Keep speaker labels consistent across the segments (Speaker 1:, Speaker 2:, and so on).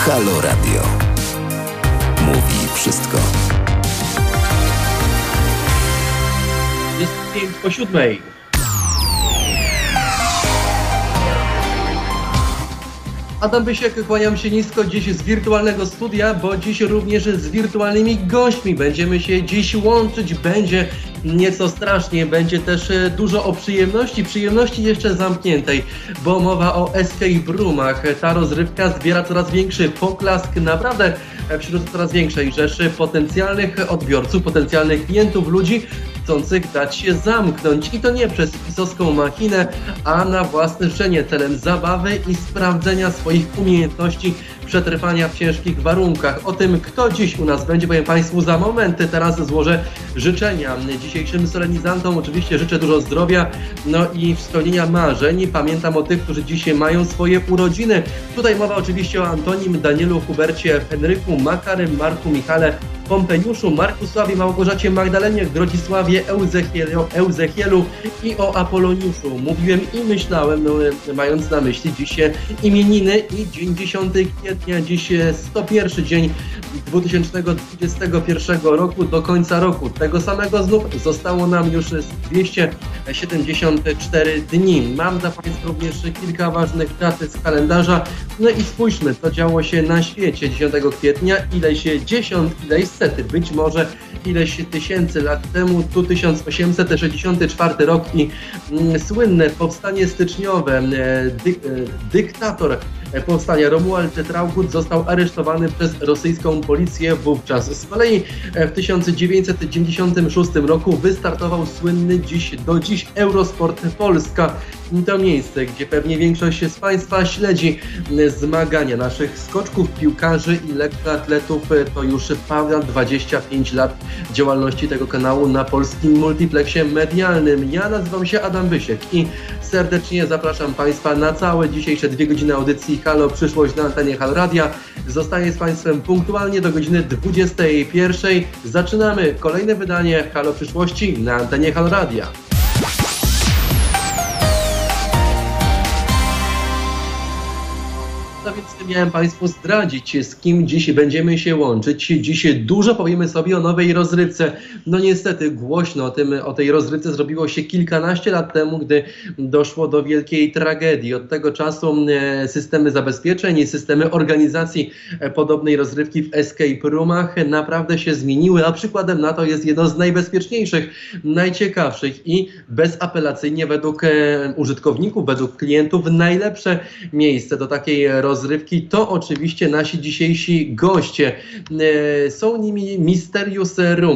Speaker 1: Halo Radio. Mówi wszystko.
Speaker 2: Jest 5:07. Adam Bysiek, kłaniam się nisko dziś z wirtualnego studia, bo dziś również z wirtualnymi gośćmi będziemy się dziś łączyć. Będzie nieco strasznie, będzie też dużo o przyjemności jeszcze zamkniętej, bo mowa o escape roomach. Ta rozrywka zbiera coraz większy poklask, naprawdę wśród coraz większej rzeszy potencjalnych odbiorców, potencjalnych klientów, ludzi chcących dać się zamknąć i to nie przez pisowską machinę, a na własne życzenie celem zabawy i sprawdzenia swoich umiejętności przetrwania w ciężkich warunkach. O tym, kto dziś u nas będzie, powiem Państwu za moment. Teraz złożę życzenia dzisiejszym solenizantom. Oczywiście życzę dużo zdrowia, no i spełnienia marzeń. Pamiętam o tych, którzy dzisiaj mają swoje urodziny. Tutaj mowa oczywiście o Antonim, Danielu, Hubercie, Henryku, Makarym, Marku, Michale, Pompeniuszu, Markusławie, Małgorzacie, Magdalenie, Grodzisławie, Euzechielu i o Apoloniuszu. Mówiłem i myślałem, mając na myśli dziś imieniny i dzień 10 kwietnia, dziś 101 dzień 2021 roku do końca roku. Tego samego znów zostało nam już 274 dni. Mam dla Państwa również kilka ważnych dat z kalendarza. No i spójrzmy, co działo się na świecie 10 kwietnia, ileś sety, być może ileś tysięcy lat temu, tu 1864 rok i słynne powstanie styczniowe. Dyktator powstania Romuald Traugott został aresztowany przez rosyjską policję wówczas. Z kolei w 1996 roku wystartował słynny do dziś Eurosport Polska. To miejsce, gdzie pewnie większość z Państwa śledzi zmagania naszych skoczków, piłkarzy i lekkoatletów. To już ponad 25 lat działalności tego kanału na polskim multiplexie medialnym. Ja nazywam się Adam Bysiek i serdecznie zapraszam Państwa na całe dzisiejsze 2 godziny audycji Halo Przyszłość na antenie Halo Radia. Zostaję z Państwem punktualnie do godziny 21. Zaczynamy kolejne wydanie Halo Przyszłości na antenie Halo Radia. No więc miałem Państwu zdradzić, z kim dziś będziemy się łączyć. Dziś dużo powiemy sobie o nowej rozrywce. No niestety głośno o tej rozrywce zrobiło się kilkanaście lat temu, gdy doszło do wielkiej tragedii. Od tego czasu systemy zabezpieczeń i systemy organizacji podobnej rozrywki w escape roomach naprawdę się zmieniły, a przykładem na to jest jedno z najbezpieczniejszych, najciekawszych i bezapelacyjnie według użytkowników, według klientów najlepsze miejsce do takiej rozrywki to oczywiście nasi dzisiejsi goście. Są nimi Mysterious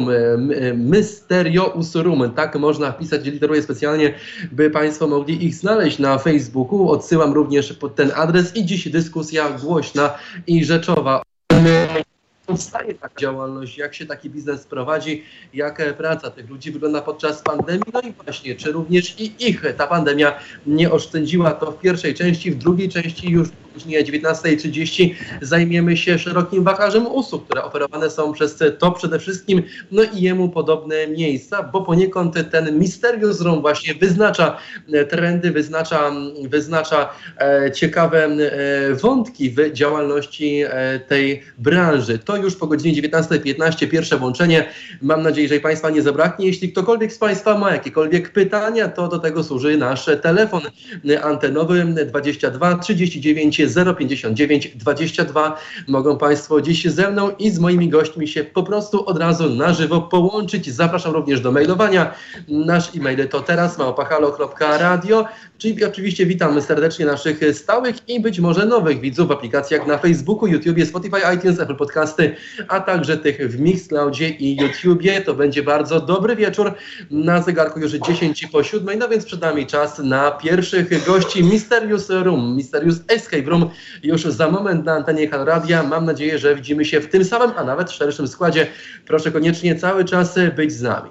Speaker 2: Room, tak można wpisać, literuję specjalnie, by Państwo mogli ich znaleźć na Facebooku. Odsyłam również pod ten adres i dziś dyskusja głośna i rzeczowa. Powstaje taka działalność, jak się taki biznes prowadzi, jak praca tych ludzi wygląda podczas pandemii, no i właśnie, czy również i ich ta pandemia nie oszczędziła, to w pierwszej części, w drugiej części już o godzinie 19:30 zajmiemy się szerokim wachlarzem usług, które oferowane są przez to przede wszystkim, no i jemu podobne miejsca, bo poniekąd ten Mysterious Room właśnie wyznacza trendy, wyznacza ciekawe wątki w działalności tej branży. To już po godzinie 19:15 pierwsze włączenie. Mam nadzieję, że Państwa nie zabraknie. Jeśli ktokolwiek z Państwa ma jakiekolwiek pytania, to do tego służy nasz telefon antenowy 22 39 059 22. Mogą Państwo dziś ze mną i z moimi gośćmi się po prostu od razu na żywo połączyć. Zapraszam również do mailowania. Nasz e-mail to teraz@halo.radio. Czyli oczywiście witamy serdecznie naszych stałych i być może nowych widzów w aplikacjach na Facebooku, YouTubie, Spotify, iTunes, Apple Podcasty, a także tych w Mixcloudzie i YouTubie. To będzie bardzo dobry wieczór. Na zegarku już 6:50, no więc przed nami czas na pierwszych gości Mysterious Room, Mysterious Escape Room. Już za moment na antenie Halo Radia. Mam nadzieję, że widzimy się w tym samym, a nawet szerszym składzie. Proszę koniecznie cały czas być z nami.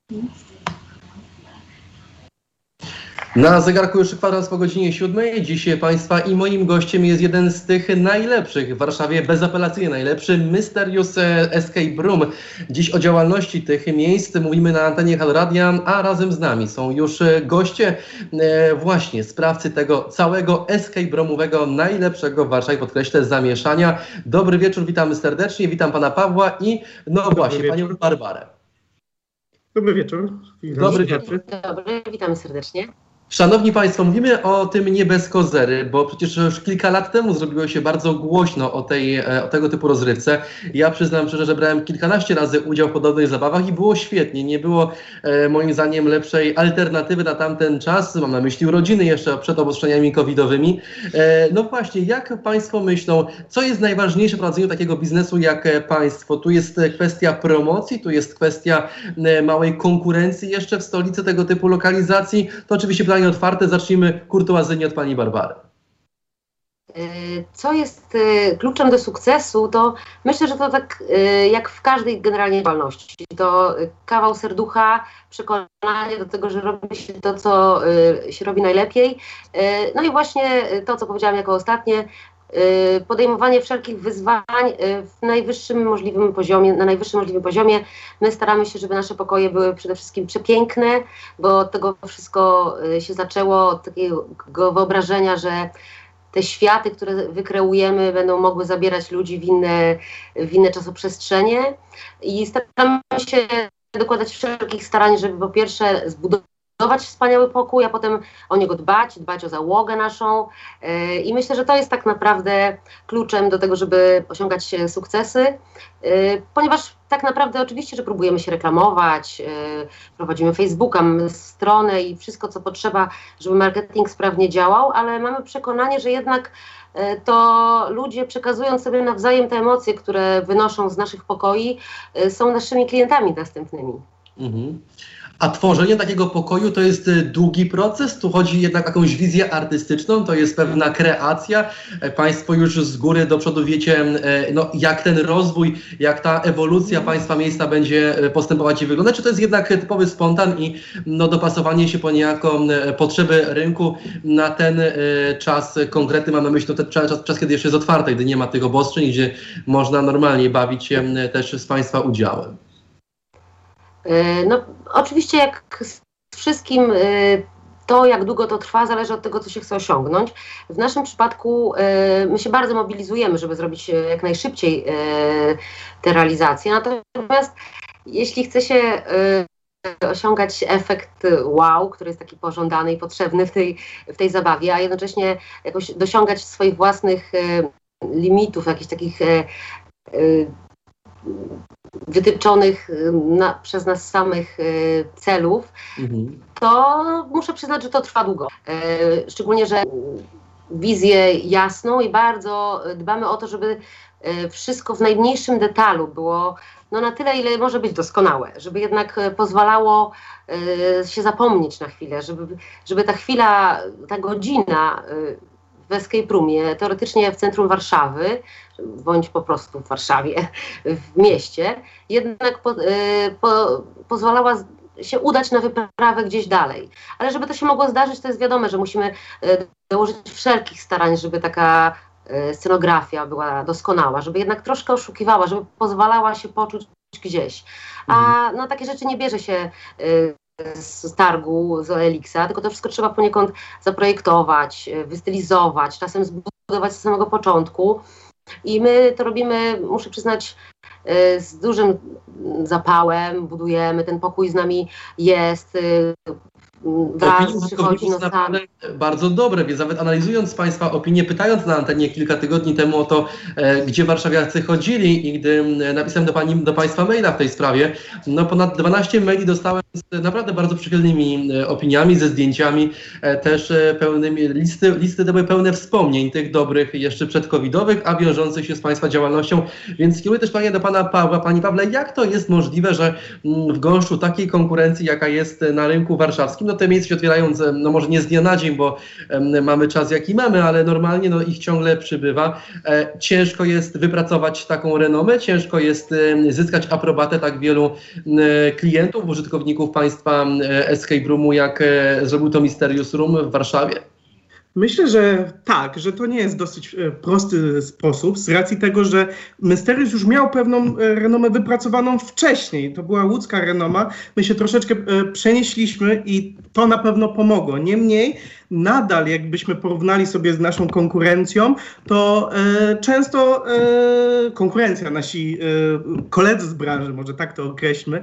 Speaker 2: Na zegarku już kwadrans po godzinie 7. Dziś Państwa i moim gościem jest jeden z tych najlepszych w Warszawie, bezapelacyjnie najlepszy, Mysterious Escape Room. Dziś o działalności tych miejsc mówimy na antenie Halo Radia, a razem z nami są już goście, właśnie sprawcy tego całego escape roomowego, najlepszego w Warszawie, podkreślę, zamieszania. Dobry wieczór, witamy serdecznie, witam pana Pawła i właśnie panią Barbarę.
Speaker 3: Dobry wieczór.
Speaker 2: Dobry wieczór.
Speaker 4: Dobry, witamy serdecznie.
Speaker 2: Szanowni Państwo, mówimy o tym nie bez kozery, bo przecież już kilka lat temu zrobiło się bardzo głośno o tego typu rozrywce. Ja przyznam szczerze, że brałem kilkanaście razy udział w podobnych zabawach i było świetnie. Nie było moim zdaniem lepszej alternatywy na tamten czas. Mam na myśli urodziny jeszcze przed obostrzeniami covidowymi. No właśnie, jak Państwo myślą, co jest najważniejsze w prowadzeniu takiego biznesu jak Państwo? Tu jest kwestia promocji, tu jest kwestia małej konkurencji jeszcze w stolicy tego typu lokalizacji. To oczywiście pytanie otwarte. Zacznijmy kurtuazyjnie od pani Barbary.
Speaker 4: Co jest kluczem do sukcesu, to myślę, że to tak jak w każdej generalnie działalności. To kawał serducha, przekonanie do tego, że robi się to, co się robi najlepiej. No i właśnie to, co powiedziałam jako ostatnie, podejmowanie wszelkich wyzwań w najwyższym możliwym poziomie, na najwyższym możliwym poziomie. My staramy się, żeby nasze pokoje były przede wszystkim przepiękne, bo od tego wszystko się zaczęło, od takiego wyobrażenia, że te światy, które wykreujemy, będą mogły zabierać ludzi w inne czasoprzestrzenie i staramy się dokładać wszelkich starań, żeby po pierwsze zbudować wspaniały pokój, a potem o niego dbać o załogę naszą i myślę, że to jest tak naprawdę kluczem do tego, żeby osiągać sukcesy, ponieważ tak naprawdę oczywiście, że próbujemy się reklamować, prowadzimy Facebooka, mamy stronę i wszystko, co potrzeba, żeby marketing sprawnie działał, ale mamy przekonanie, że jednak to ludzie, przekazując sobie nawzajem te emocje, które wynoszą z naszych pokoi, są naszymi klientami następnymi.
Speaker 2: Mhm. A tworzenie takiego pokoju to jest długi proces? Tu chodzi jednak o jakąś wizję artystyczną, to jest pewna kreacja. Państwo już z góry do przodu wiecie, no, jak ten rozwój, jak ta ewolucja Państwa miejsca będzie postępować i wyglądać. Czy to jest jednak typowy spontan i no, dopasowanie się po niejako potrzeby rynku na ten czas konkretny? Mam na myśli ten czas, kiedy jeszcze jest otwarte, gdy nie ma tych obostrzeń, gdzie można normalnie bawić się też z Państwa udziałem.
Speaker 4: No oczywiście jak z wszystkim to, jak długo to trwa, zależy od tego, co się chce osiągnąć. W naszym przypadku my się bardzo mobilizujemy, żeby zrobić jak najszybciej te realizacje. Natomiast jeśli chce się osiągać efekt wow, który jest taki pożądany i potrzebny w tej zabawie, a jednocześnie jakoś dosiągać swoich własnych limitów, jakichś takich wytyczonych przez nas samych celów, to muszę przyznać, że to trwa długo. Szczególnie, że wizję jasną i bardzo dbamy o to, żeby wszystko w najmniejszym detalu było no, na tyle, ile może być doskonałe, żeby jednak pozwalało się zapomnieć na chwilę, żeby ta chwila, ta godzina w escape roomie, teoretycznie w centrum Warszawy, bądź po prostu w Warszawie, w mieście, jednak pozwalała się udać na wyprawę gdzieś dalej. Ale żeby to się mogło zdarzyć, to jest wiadome, że musimy dołożyć wszelkich starań, żeby taka scenografia była doskonała, żeby jednak troszkę oszukiwała, żeby pozwalała się poczuć gdzieś. A no, takie rzeczy nie bierze się z targu, z OLX-a, tylko to wszystko trzeba poniekąd zaprojektować, wystylizować, czasem zbudować z samego początku. I my to robimy, muszę przyznać, z dużym zapałem, budujemy, ten pokój z nami jest, wraz przychodzi
Speaker 2: naprawdę bardzo dobre, więc nawet analizując Państwa opinie, pytając na antenie kilka tygodni temu o to, gdzie warszawiacy chodzili i gdy napisałem do Państwa maila w tej sprawie, no ponad 12 maili dostałem z naprawdę bardzo przychylnymi opiniami, ze zdjęciami, też pełnymi, listy te były pełne wspomnień tych dobrych jeszcze przedcovidowych, a wiążących się z Państwa działalnością, więc kieruję też pytanie do Pana Pawła. Panie Pawle, jak to jest możliwe, że w gąszczu takiej konkurencji, jaka jest na rynku warszawskim, no te miejsca się otwierają, no może nie z dnia na dzień, bo mamy czas jaki mamy, ale normalnie no ich ciągle przybywa. Ciężko jest wypracować taką renomę, ciężko jest zyskać aprobatę tak wielu klientów, użytkowników państwa Escape Roomu, jak zrobił to Mysterious Room w Warszawie.
Speaker 3: Myślę, że tak, że to nie jest dosyć prosty sposób, z racji tego, że Mysterious już miał pewną renomę wypracowaną wcześniej. To była łódzka renoma. My się troszeczkę przenieśliśmy i to na pewno pomogło. Niemniej nadal, jakbyśmy porównali sobie z naszą konkurencją, to często konkurencja, koledzy z branży, może tak to określmy,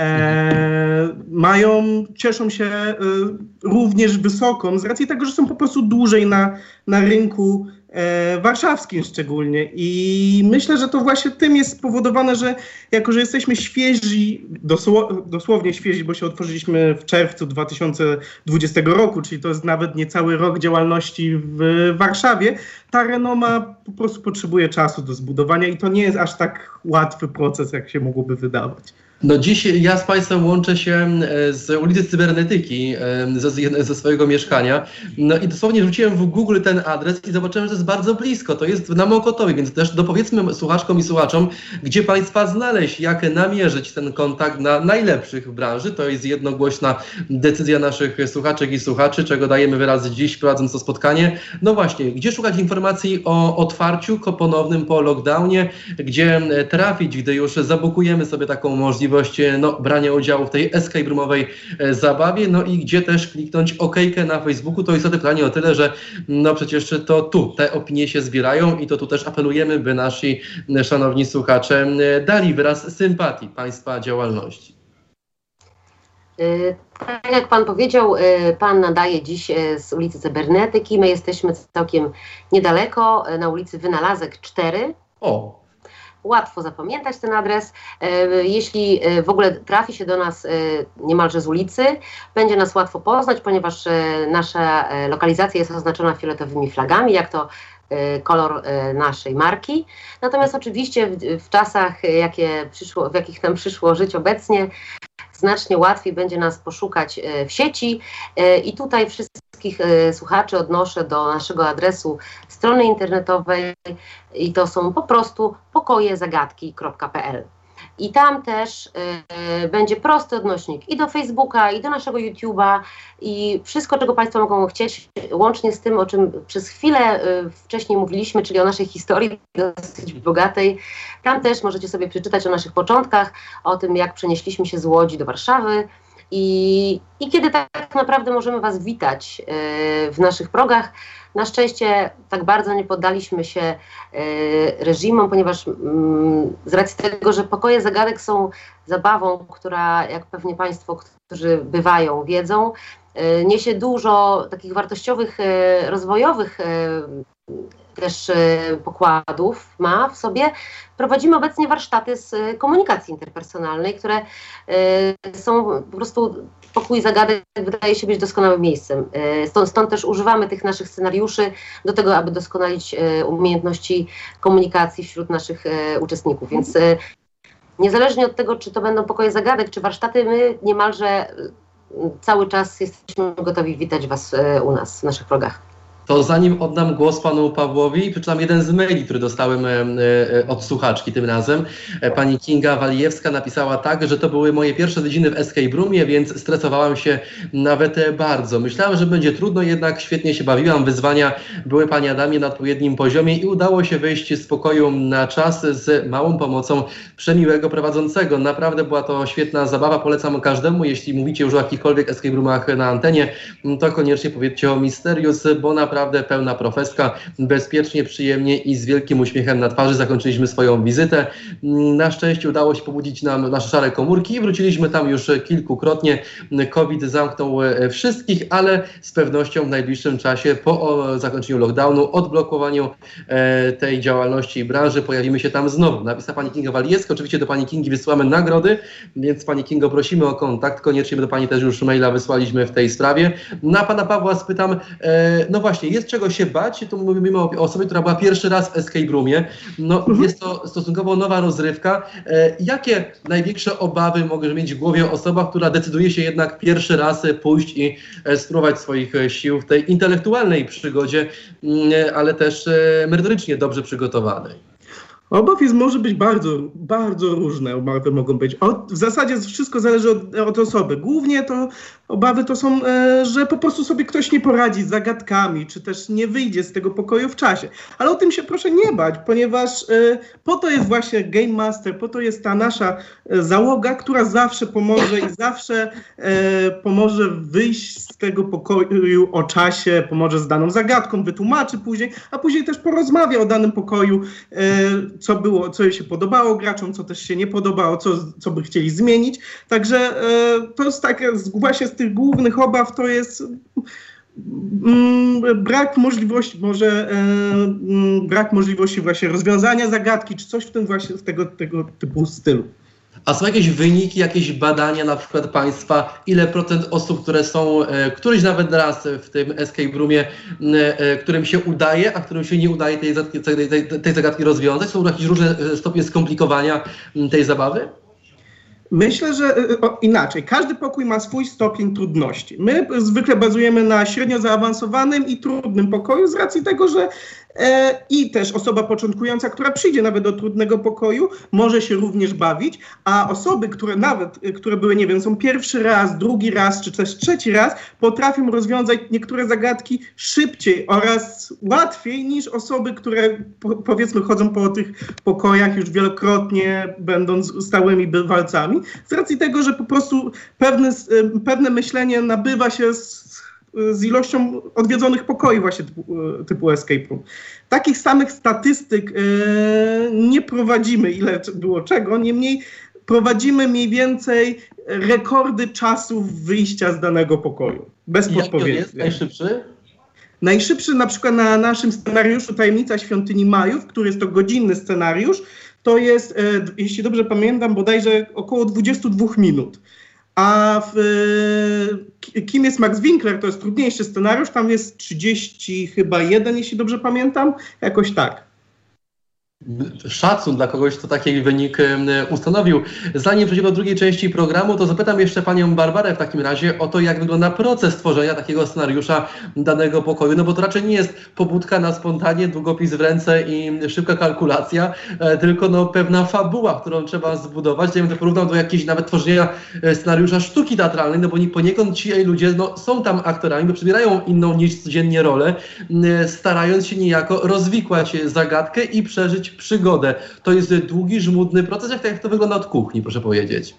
Speaker 3: cieszą się również wysoką, z racji tego, że są po prostu dłużej na rynku warszawskim szczególnie. I myślę, że to właśnie tym jest spowodowane, że jako, że jesteśmy świeżi, dosłownie świeżi, bo się otworzyliśmy w czerwcu 2020 roku, czyli to jest nawet niecały rok działalności w Warszawie, ta renoma po prostu potrzebuje czasu do zbudowania i to nie jest aż tak łatwy proces, jak się mogłoby wydawać.
Speaker 2: No dziś ja z Państwem łączę się z ulicy Cybernetyki, ze swojego mieszkania. No i dosłownie rzuciłem w Google ten adres i zobaczyłem, że to jest bardzo blisko. To jest na Mokotowie, więc też dopowiedzmy słuchaczkom i słuchaczom, gdzie Państwa znaleźć, jak namierzyć ten kontakt na najlepszych w branży. To jest jednogłośna decyzja naszych słuchaczek i słuchaczy, czego dajemy wyraz dziś, prowadząc to spotkanie. No właśnie, gdzie szukać informacji o otwarciu ponownym po lockdownie, gdzie trafić, gdy już zabukujemy sobie taką możliwość brania udziału w tej escape roomowej zabawie, no i gdzie też kliknąć okejkę na Facebooku. To jest to pytanie o tyle, że no przecież to tu te opinie się zbierają i to tu też apelujemy, by nasi szanowni słuchacze dali wyraz sympatii Państwa działalności.
Speaker 4: Tak jak Pan powiedział, Pan nadaje dziś z ulicy Cybernetyki. My jesteśmy całkiem niedaleko, na ulicy Wynalazek 4.
Speaker 2: O!
Speaker 4: Łatwo zapamiętać ten adres. Jeśli w ogóle trafi się do nas niemalże z ulicy, będzie nas łatwo poznać, ponieważ nasza lokalizacja jest oznaczona fioletowymi flagami, jak to kolor naszej marki. Natomiast oczywiście w czasach, w jakich nam przyszło żyć obecnie, znacznie łatwiej będzie nas poszukać w sieci i tutaj wszystkich słuchaczy odnoszę do naszego adresu strony internetowej i to są po prostu pokojezagadki.pl. I tam też będzie prosty odnośnik i do Facebooka, i do naszego YouTube'a i wszystko, czego Państwo mogą chcieć, łącznie z tym, o czym przez chwilę wcześniej mówiliśmy, czyli o naszej historii dosyć bogatej. Tam też możecie sobie przeczytać o naszych początkach, o tym, jak przenieśliśmy się z Łodzi do Warszawy i kiedy tak naprawdę możemy Was witać w naszych progach. Na szczęście tak bardzo nie poddaliśmy się reżimom, ponieważ z racji tego, że pokoje zagadek są zabawą, która, jak pewnie Państwo, którzy bywają, wiedzą, niesie dużo takich wartościowych, rozwojowych też pokładów ma w sobie. Prowadzimy obecnie warsztaty z komunikacji interpersonalnej, które są po prostu, pokój zagadek wydaje się być doskonałym miejscem. Stąd też używamy tych naszych scenariuszy do tego, aby doskonalić umiejętności komunikacji wśród naszych uczestników. Więc niezależnie od tego, czy to będą pokoje zagadek, czy warsztaty, my niemalże cały czas jesteśmy gotowi witać Was u nas, w naszych progach.
Speaker 2: To zanim oddam głos panu Pawłowi, przeczytam jeden z maili, który dostałem od słuchaczki tym razem. Pani Kinga Walijewska napisała tak, że to były moje pierwsze odwiedziny w Escape Roomie, więc stresowałam się nawet bardzo. Myślałam, że będzie trudno, jednak świetnie się bawiłam. Wyzwania były, Pani Adamie, na odpowiednim poziomie i udało się wyjść z pokoju na czas z małą pomocą przemiłego prowadzącego. Naprawdę była to świetna zabawa, polecam każdemu. Jeśli mówicie już o jakichkolwiek Escape Roomach na antenie, to koniecznie powiedzcie o Mysterious, bo naprawdę pełna profeska, bezpiecznie, przyjemnie i z wielkim uśmiechem na twarzy zakończyliśmy swoją wizytę. Na szczęście udało się pobudzić nam nasze szare komórki i wróciliśmy tam już kilkukrotnie. COVID zamknął wszystkich, ale z pewnością w najbliższym czasie po zakończeniu lockdownu, odblokowaniu tej działalności i branży pojawimy się tam znowu. Napisała Pani Kinga Walijewska. Oczywiście do Pani Kingi wysyłamy nagrody, więc Pani Kingo prosimy o kontakt. Koniecznie do Pani też już maila wysłaliśmy w tej sprawie. Na Pana Pawła spytam, no właśnie, właśnie, jest czego się bać, tu mówimy o osobie, która była pierwszy raz w Escape Roomie, no jest to stosunkowo nowa rozrywka. Jakie największe obawy może mieć w głowie osoba, która decyduje się jednak pierwszy raz pójść i spróbować swoich sił w tej intelektualnej przygodzie, ale też merytorycznie dobrze przygotowanej?
Speaker 3: Obaw może być bardzo, bardzo różne. Obawy mogą być. W zasadzie wszystko zależy od osoby. Głównie to obawy to są, że po prostu sobie ktoś nie poradzi z zagadkami, czy też nie wyjdzie z tego pokoju w czasie. Ale o tym się proszę nie bać, ponieważ po to jest właśnie Game Master, po to jest ta nasza załoga, która zawsze pomoże i zawsze pomoże wyjść z tego pokoju o czasie, pomoże z daną zagadką, wytłumaczy później, a później też porozmawia o danym pokoju, co było, co się podobało graczom, co też się nie podobało, co by chcieli zmienić. Także to jest tak, właśnie z tych głównych obaw to jest brak możliwości właśnie rozwiązania zagadki, czy coś w tym właśnie, w tego typu stylu.
Speaker 2: A są jakieś wyniki, jakieś badania na przykład państwa, ile procent osób, które są któryś nawet raz w tym escape roomie, którym się udaje, a którym się nie udaje tej zagadki rozwiązać? Są jakieś różne stopnie skomplikowania tej zabawy?
Speaker 3: Myślę, że inaczej. Każdy pokój ma swój stopień trudności. My zwykle bazujemy na średnio zaawansowanym i trudnym pokoju z racji tego, że i też osoba początkująca, która przyjdzie nawet do trudnego pokoju, może się również bawić, a osoby, które były, nie wiem, są pierwszy raz, drugi raz, czy też trzeci raz, potrafią rozwiązać niektóre zagadki szybciej oraz łatwiej niż osoby, które powiedzmy chodzą po tych pokojach już wielokrotnie, będąc stałymi bywalcami, z racji tego, że po prostu pewne myślenie nabywa się z ilością odwiedzonych pokoi właśnie typu escape room. Takich samych statystyk nie prowadzimy, ile było czego, niemniej prowadzimy mniej więcej rekordy czasów wyjścia z danego pokoju. Bez podpowiedzi.
Speaker 2: Jaki jest najszybszy?
Speaker 3: Najszybszy na przykład na naszym scenariuszu Tajemnica Świątyni Majów, który jest to godzinny scenariusz, to jest, jeśli dobrze pamiętam, bodajże około 22 minut. A Kim jest Max Winkler, to jest trudniejszy scenariusz, tam jest 31, jeśli dobrze pamiętam, jakoś tak.
Speaker 2: Szacun dla kogoś, kto taki wynik ustanowił. Zanim przejdziemy do drugiej części programu, to zapytam jeszcze panią Barbarę w takim razie o to, jak wygląda proces tworzenia takiego scenariusza danego pokoju, no bo to raczej nie jest pobudka na spontanie, długopis w ręce i szybka kalkulacja, tylko no pewna fabuła, którą trzeba zbudować. Ja bym to porównał do jakiejś nawet tworzenia scenariusza sztuki teatralnej, no bo poniekąd ci ludzie są tam aktorami, bo przybierają inną niż codziennie rolę, starając się niejako rozwikłać zagadkę i przeżyć przygodę. To jest długi, żmudny proces. Jak to wygląda od kuchni, proszę powiedzieć?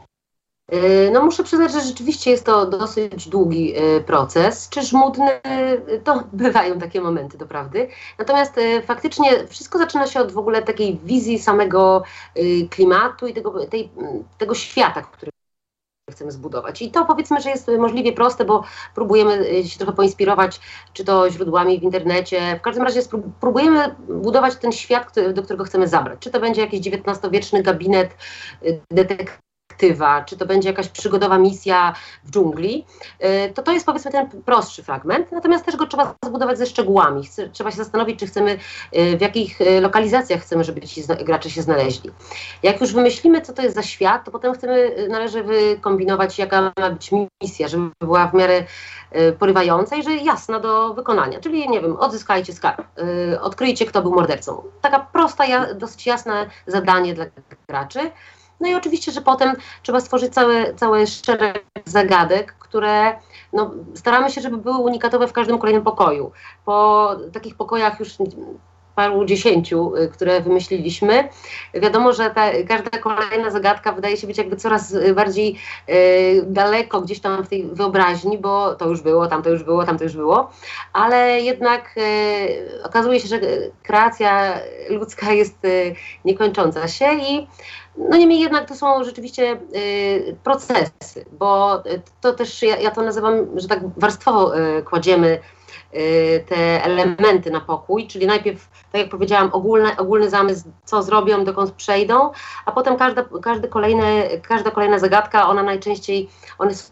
Speaker 4: No muszę przyznać, że rzeczywiście jest to dosyć długi proces. Czy żmudny? To bywają takie momenty, doprawdy. Natomiast faktycznie wszystko zaczyna się od w ogóle takiej wizji samego klimatu i tego świata, który chcemy zbudować. I to powiedzmy, że jest możliwie proste, bo próbujemy się trochę poinspirować, czy to źródłami w internecie. W każdym razie próbujemy budować ten świat, do którego chcemy zabrać. Czy to będzie jakiś XIX-wieczny gabinet detektywa, czy to będzie jakaś przygodowa misja w dżungli, to jest powiedzmy ten prostszy fragment, natomiast też go trzeba zbudować ze szczegółami. Trzeba się zastanowić, czy chcemy, w jakich lokalizacjach chcemy, żeby ci gracze się znaleźli. Jak już wymyślimy, co to jest za świat, to potem należy wykombinować, jaka ma być misja, żeby była w miarę porywająca i że jasna do wykonania. Czyli, nie wiem, odzyskajcie skarb, odkryjcie, kto był mordercą. Taka prosta, dosyć jasne zadanie dla graczy. No i oczywiście, że potem trzeba stworzyć cały szereg zagadek, które staramy się, żeby były unikatowe w każdym kolejnym pokoju. Po takich pokojach już paru dziesięciu, które wymyśliliśmy, wiadomo, że każda kolejna zagadka wydaje się być jakby coraz bardziej daleko gdzieś tam w tej wyobraźni, bo to już było, tamto już było, tamto już było, ale jednak okazuje się, że kreacja ludzka jest niekończąca się i niemniej jednak to są rzeczywiście procesy, bo to też ja to nazywam, że tak warstwowo kładziemy te elementy na pokój, czyli najpierw, tak jak powiedziałam, ogólny zamysł, co zrobią, dokąd przejdą, a potem każda kolejna zagadka, one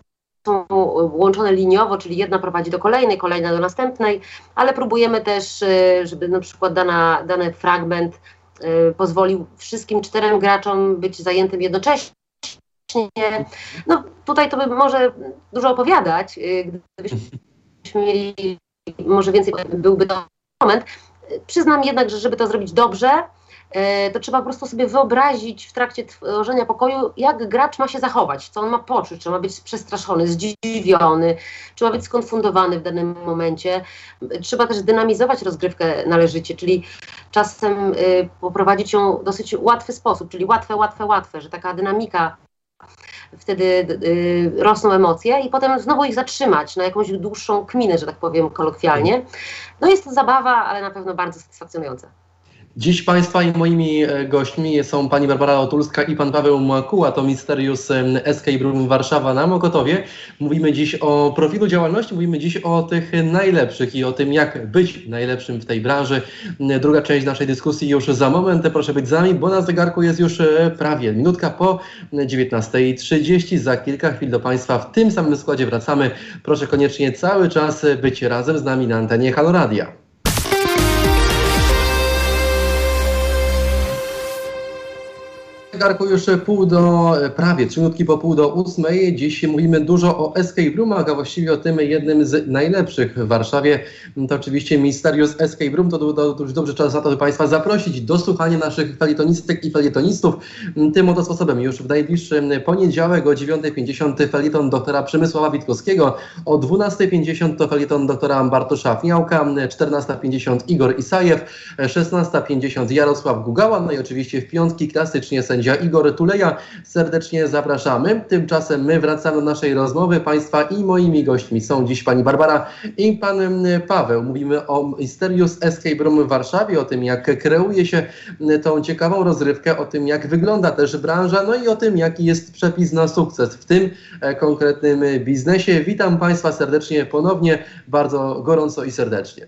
Speaker 4: są łączone liniowo, czyli jedna prowadzi do kolejnej, kolejna do następnej, ale próbujemy też, żeby na przykład dany fragment pozwolił wszystkim 4 graczom być zajętym jednocześnie. No tutaj to by może dużo opowiadać, gdybyśmy mieli może więcej, byłby to moment. Przyznam jednak, że żeby to zrobić dobrze, to trzeba po prostu sobie wyobrazić w trakcie tworzenia pokoju, jak gracz ma się zachować, co on ma poczuć, czy ma być przestraszony, zdziwiony, czy ma być skonfundowany w danym momencie. Trzeba też dynamizować rozgrywkę należycie, czyli czasem poprowadzić ją w dosyć łatwy sposób, czyli łatwe, że taka dynamika, wtedy rosną emocje i potem znowu ich zatrzymać na jakąś dłuższą kminę, że tak powiem kolokwialnie. No jest to zabawa, ale na pewno bardzo satysfakcjonująca.
Speaker 2: Dziś Państwa i moimi gośćmi są pani Barbara Otulska i pan Paweł Młakuła, to Mysterious Escape Room Warszawa na Mokotowie. Mówimy dziś o profilu działalności, mówimy dziś o tych najlepszych i o tym, jak być najlepszym w tej branży. Druga część naszej dyskusji już za moment. Proszę być z nami, bo na zegarku jest już prawie minutka po 19:30. Za kilka chwil do Państwa w tym samym składzie wracamy. Proszę koniecznie cały czas być razem z nami na antenie Halo Radia. Zegarku już prawie 3 minutki po 7:30. Dziś mówimy dużo o escape roomach, a właściwie o tym jednym z najlepszych w Warszawie. To oczywiście Mysterious Escape Room. To już dobrze czas na to, by Państwa zaprosić do słuchania naszych felitonistek i felietonistów. Tym oto sposobem już w najbliższy poniedziałek o 9:50 feliton doktora Przemysława Witkowskiego, o 12:50 to feliton doktora Bartosza Fniałka, 14:50 Igor Isajew, 16:50 Jarosław Gugała, no i oczywiście w piątki klasycznie sędzia Igor Tuleja. Serdecznie zapraszamy. Tymczasem my wracamy do naszej rozmowy. Państwa i moimi gośćmi są dziś pani Barbara i pan Paweł. Mówimy o Mysterious Escape Room w Warszawie, o tym, jak kreuje się tą ciekawą rozrywkę, o tym, jak wygląda też branża, no i o tym, jaki jest przepis na sukces w tym konkretnym biznesie. Witam Państwa serdecznie ponownie, bardzo gorąco i serdecznie.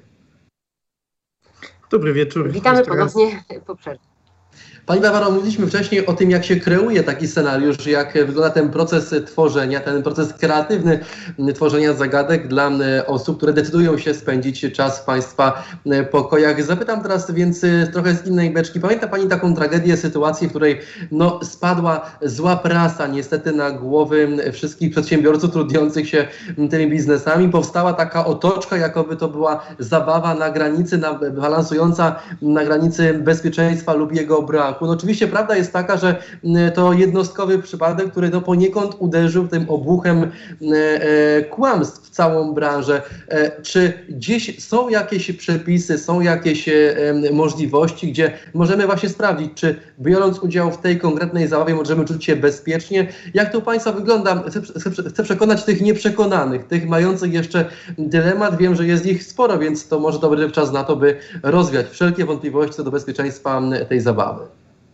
Speaker 3: Dobry wieczór.
Speaker 4: Witamy ponownie po przerwie.
Speaker 2: Pani Barbaro, mówiliśmy wcześniej o tym, jak się kreuje taki scenariusz, jak wygląda ten proces tworzenia, ten proces kreatywny tworzenia zagadek dla osób, które decydują się spędzić czas w Państwa pokojach. Zapytam teraz więc trochę z innej beczki. Pamięta Pani taką tragedię, sytuację, w której spadła zła prasa niestety na głowy wszystkich przedsiębiorców trudniących się tymi biznesami? Powstała taka otoczka, jakoby to była zabawa na granicy, balansująca na granicy bezpieczeństwa lub jego braku. No oczywiście prawda jest taka, że to jednostkowy przypadek, który poniekąd uderzył tym obuchem kłamstw w całą branżę. Czy gdzieś są jakieś przepisy, są jakieś możliwości, gdzie możemy właśnie sprawdzić, czy biorąc udział w tej konkretnej zabawie możemy czuć się bezpiecznie? Jak to u Państwa wygląda? Chcę przekonać tych nieprzekonanych, tych mających jeszcze dylemat. Wiem, że jest ich sporo, więc to może dobry czas na to, by rozwiać wszelkie wątpliwości co do bezpieczeństwa tej zabawy.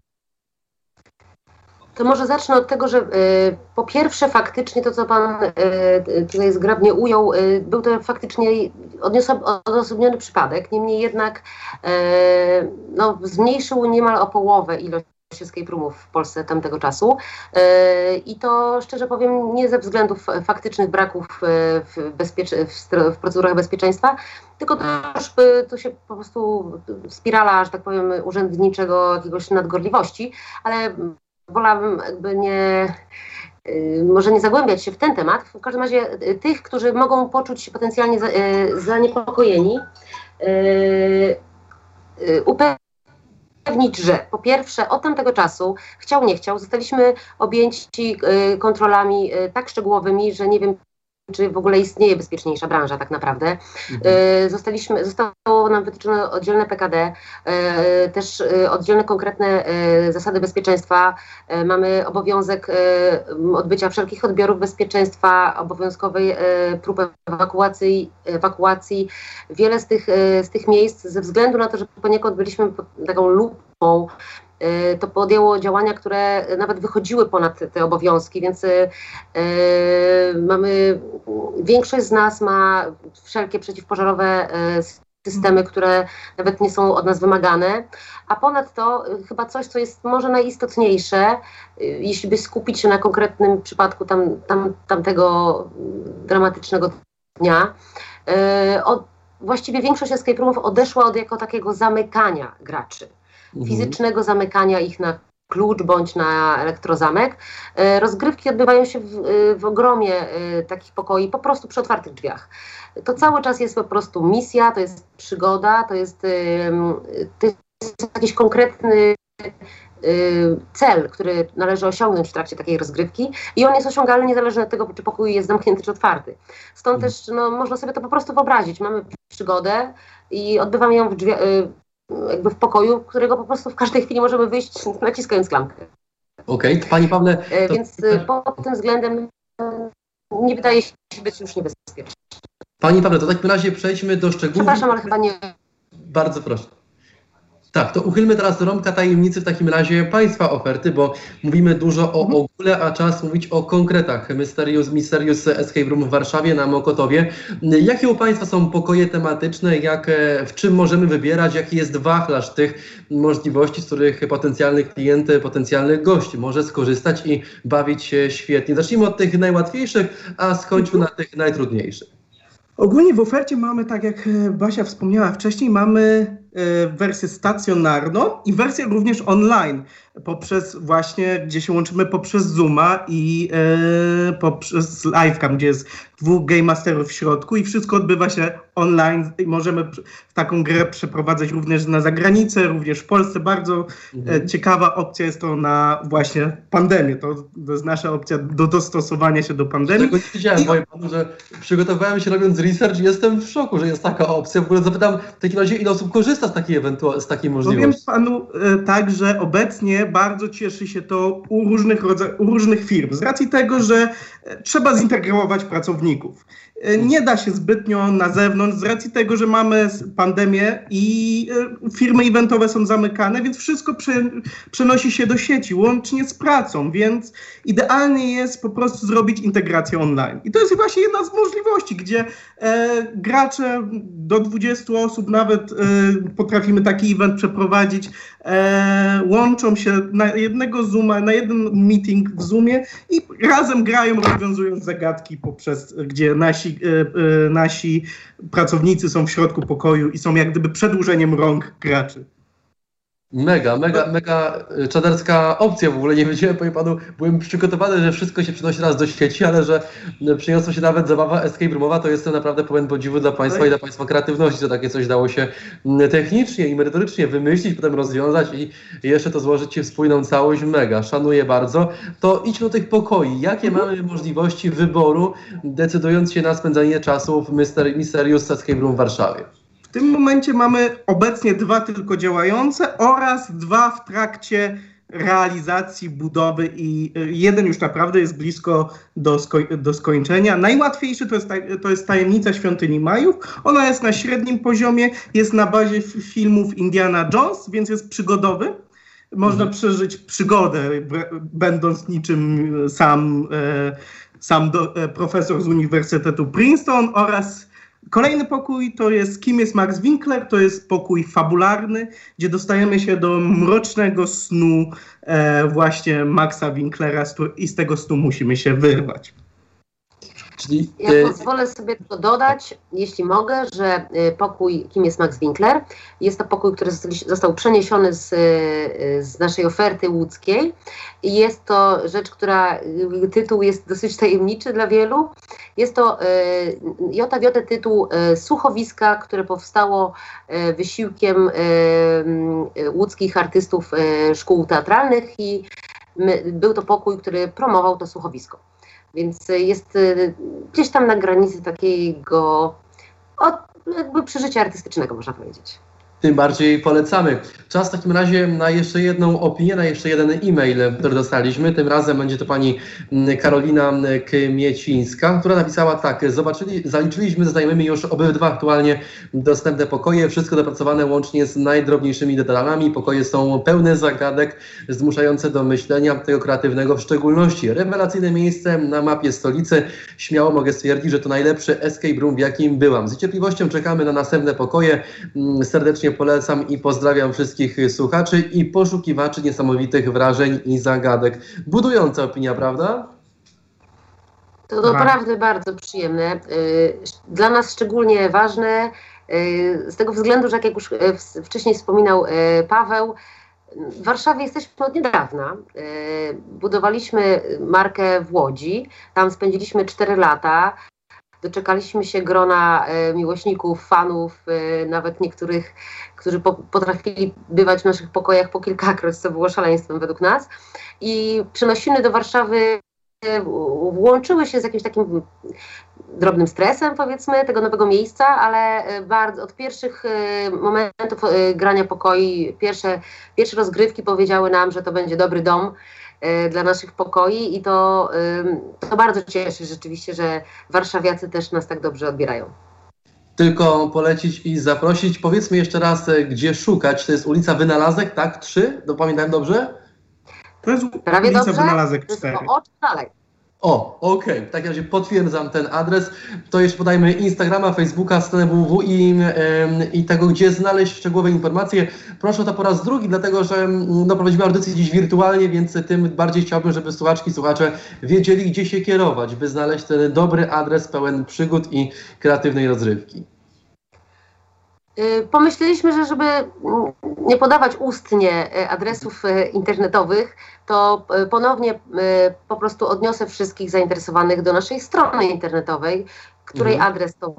Speaker 4: To może zacznę od tego, że po pierwsze faktycznie to, co Pan tutaj zgrabnie ujął, był to faktycznie odosobniony przypadek, niemniej jednak zmniejszył niemal o połowę ilość escape roomów w Polsce tamtego czasu i to szczerze powiem nie ze względów faktycznych braków w procedurach bezpieczeństwa, tylko to się po prostu spirala, że tak powiem, urzędniczego jakiegoś nadgorliwości, ale wolałabym może nie zagłębiać się w ten temat. W każdym razie tych, którzy mogą poczuć się potencjalnie zaniepokojeni, upewnić, że po pierwsze od tamtego czasu, chciał nie chciał, zostaliśmy objęci kontrolami tak szczegółowymi, że nie wiem, czy w ogóle istnieje bezpieczniejsza branża tak naprawdę. Zostało nam wytyczone oddzielne PKD, też oddzielne konkretne zasady bezpieczeństwa. Mamy obowiązek odbycia wszelkich odbiorów bezpieczeństwa, obowiązkowej prób ewakuacji. Wiele z tych miejsc ze względu na to, że poniekąd byliśmy pod taką lupą, to podjęło działania, które nawet wychodziły ponad te obowiązki, więc większość z nas ma wszelkie przeciwpożarowe systemy, które nawet nie są od nas wymagane, a ponadto chyba coś, co jest może najistotniejsze, jeśli by skupić się na konkretnym przypadku tamtego dramatycznego dnia, właściwie większość escape roomów odeszła od jako takiego zamykania graczy, fizycznego zamykania ich na klucz bądź na elektrozamek. Rozgrywki odbywają się w ogromie takich pokoi, po prostu przy otwartych drzwiach. To cały czas jest po prostu misja, to jest przygoda, to jest jakiś konkretny cel, który należy osiągnąć w trakcie takiej rozgrywki i on jest osiągalny niezależnie od tego, czy pokój jest zamknięty czy otwarty. Stąd też można sobie to po prostu wyobrazić. Mamy przygodę i odbywamy ją jakby w pokoju, którego po prostu w każdej chwili możemy wyjść, naciskając klamkę.
Speaker 2: Okej, Pani Pawle...
Speaker 4: Więc pod tym względem nie wydaje się być już niebezpieczne.
Speaker 2: Pani Pawle, to w takim razie przejdźmy do szczegółów.
Speaker 4: Przepraszam, ale chyba nie...
Speaker 2: Bardzo proszę. Tak, to uchylmy teraz do rąbka tajemnicy w takim razie Państwa oferty, bo mówimy dużo o ogóle, a czas mówić o konkretach. Mysterious Escape Room w Warszawie na Mokotowie. Jakie u Państwa są pokoje tematyczne, w czym możemy wybierać, jaki jest wachlarz tych możliwości, z których potencjalny klient, potencjalnych gości może skorzystać i bawić się świetnie. Zacznijmy od tych najłatwiejszych, a skończmy na tych najtrudniejszych.
Speaker 3: Ogólnie w ofercie mamy, tak jak Basia wspomniała wcześniej, mamy wersję stacjonarną i wersję również online, gdzie się łączymy poprzez Zooma i poprzez Livecam, gdzie jest 2 game masterów w środku i wszystko odbywa się online i możemy taką grę przeprowadzać również na zagranicę, również w Polsce. Bardzo ciekawa opcja jest to na właśnie pandemię. To jest nasza opcja do dostosowania się do pandemii.
Speaker 2: Tego nie wiedziałem, powiem panu, że przygotowałem się robiąc research i jestem w szoku, że jest taka opcja. W ogóle zapytam w takim razie, ile osób korzysta z takiej możliwości.
Speaker 3: Powiem panu tak, że obecnie bardzo cieszy się to u różnych firm, z racji tego, że trzeba zintegrować pracowników. Nie da się zbytnio na zewnątrz, z racji tego, że mamy pandemię i firmy eventowe są zamykane, więc wszystko przenosi się do sieci, łącznie z pracą, więc idealnie jest po prostu zrobić integrację online. I to jest właśnie jedna z możliwości, gdzie gracze do 20 osób nawet potrafimy taki event przeprowadzić, łączą się na jednego Zooma, na jeden meeting w Zoomie i razem grają, rozwiązując zagadki, gdzie nasi pracownicy są w środku pokoju i są jak gdyby przedłużeniem rąk graczy.
Speaker 2: Mega czaderska opcja w ogóle. Nie wiedziałem, powiem panu, byłem przygotowany, że wszystko się przenosi raz do sieci, ale że przyniosła się nawet zabawa escape roomowa, to jestem naprawdę pełen podziwu dla Państwa i dla Państwa kreatywności, że takie coś dało się technicznie i merytorycznie wymyślić, potem rozwiązać i jeszcze to złożyć w spójną całość. Mega, szanuję bardzo. To idźmy do tych pokoi. Jakie mamy możliwości wyboru, decydując się na spędzanie czasu w Mysterious Escape Room w Warszawie?
Speaker 3: W tym momencie mamy obecnie 2 tylko działające oraz 2 w trakcie realizacji budowy i jeden już naprawdę jest blisko do skończenia. Najłatwiejszy to jest Tajemnica Świątyni Majów. Ona jest na średnim poziomie, jest na bazie filmów Indiana Jones, więc jest przygodowy. Można przeżyć przygodę, będąc niczym sam profesor z Uniwersytetu Princeton oraz kolejny pokój to jest Kim jest Max Winkler, to jest pokój fabularny, gdzie dostajemy się do mrocznego snu właśnie Maxa Winklera i z tego snu musimy się wyrwać.
Speaker 2: Czyli,
Speaker 4: ja pozwolę sobie tylko dodać, jeśli mogę, że pokój Kim jest Max Winkler jest to pokój, który został przeniesiony z naszej oferty łódzkiej i jest to rzecz, tytuł jest dosyć tajemniczy dla wielu. Jest to jota w jotę tytuł słuchowiska, które powstało wysiłkiem łódzkich artystów szkół teatralnych i był to pokój, który promował to słuchowisko. Więc jest gdzieś tam na granicy takiego jakby przeżycia artystycznego, można powiedzieć.
Speaker 2: Tym bardziej polecamy. Czas w takim razie na jeszcze jedną opinię, na jeszcze jeden e-mail, który dostaliśmy. Tym razem będzie to pani Karolina Kmiecińska, która napisała tak. Zaliczyliśmy ze znajomymi już obydwa aktualnie dostępne pokoje. Wszystko dopracowane łącznie z najdrobniejszymi detalami. Pokoje są pełne zagadek, zmuszające do myślenia, tego kreatywnego w szczególności. Rewelacyjne miejsce na mapie stolicy. Śmiało mogę stwierdzić, że to najlepszy escape room, w jakim byłam. Z niecierpliwością czekamy na następne pokoje. Serdecznie polecam i pozdrawiam wszystkich słuchaczy i poszukiwaczy niesamowitych wrażeń i zagadek. Budująca opinia, prawda?
Speaker 4: To naprawdę bardzo przyjemne. Dla nas szczególnie ważne, z tego względu, że jak już wcześniej wspominał Paweł, w Warszawie jesteśmy od niedawna. Budowaliśmy markę w Łodzi. Tam spędziliśmy 4 lata. Doczekaliśmy się grona miłośników, fanów, nawet niektórych, którzy potrafili bywać w naszych pokojach po kilkakroć, co było szaleństwem według nas. I przenosiny do Warszawy łączyły się z jakimś takim drobnym stresem, powiedzmy, tego nowego miejsca, ale od pierwszych momentów grania pokoi, pierwsze rozgrywki powiedziały nam, że to będzie dobry dom dla naszych pokoi i to bardzo cieszy rzeczywiście, że warszawiacy też nas tak dobrze odbierają.
Speaker 2: Tylko polecić i zaprosić. Powiedzmy jeszcze raz, gdzie szukać. To jest ulica Wynalazek, tak? 3? Pamiętam dobrze?
Speaker 3: To jest
Speaker 4: Prawie
Speaker 3: ulica
Speaker 4: dobrze?
Speaker 3: Wynalazek 4.
Speaker 2: Okej. W takim razie potwierdzam ten adres. To jeszcze podajmy Instagrama, Facebooka, stronę www i tego, gdzie znaleźć szczegółowe informacje. Proszę o to po raz drugi, dlatego że prowadzimy audycję dziś wirtualnie, więc tym bardziej chciałbym, żeby słuchaczki, słuchacze wiedzieli, gdzie się kierować, by znaleźć ten dobry adres pełen przygód i kreatywnej rozrywki.
Speaker 4: Pomyśleliśmy, że żeby nie podawać ustnie adresów internetowych, to ponownie po prostu odniosę wszystkich zainteresowanych do naszej strony internetowej, której adres to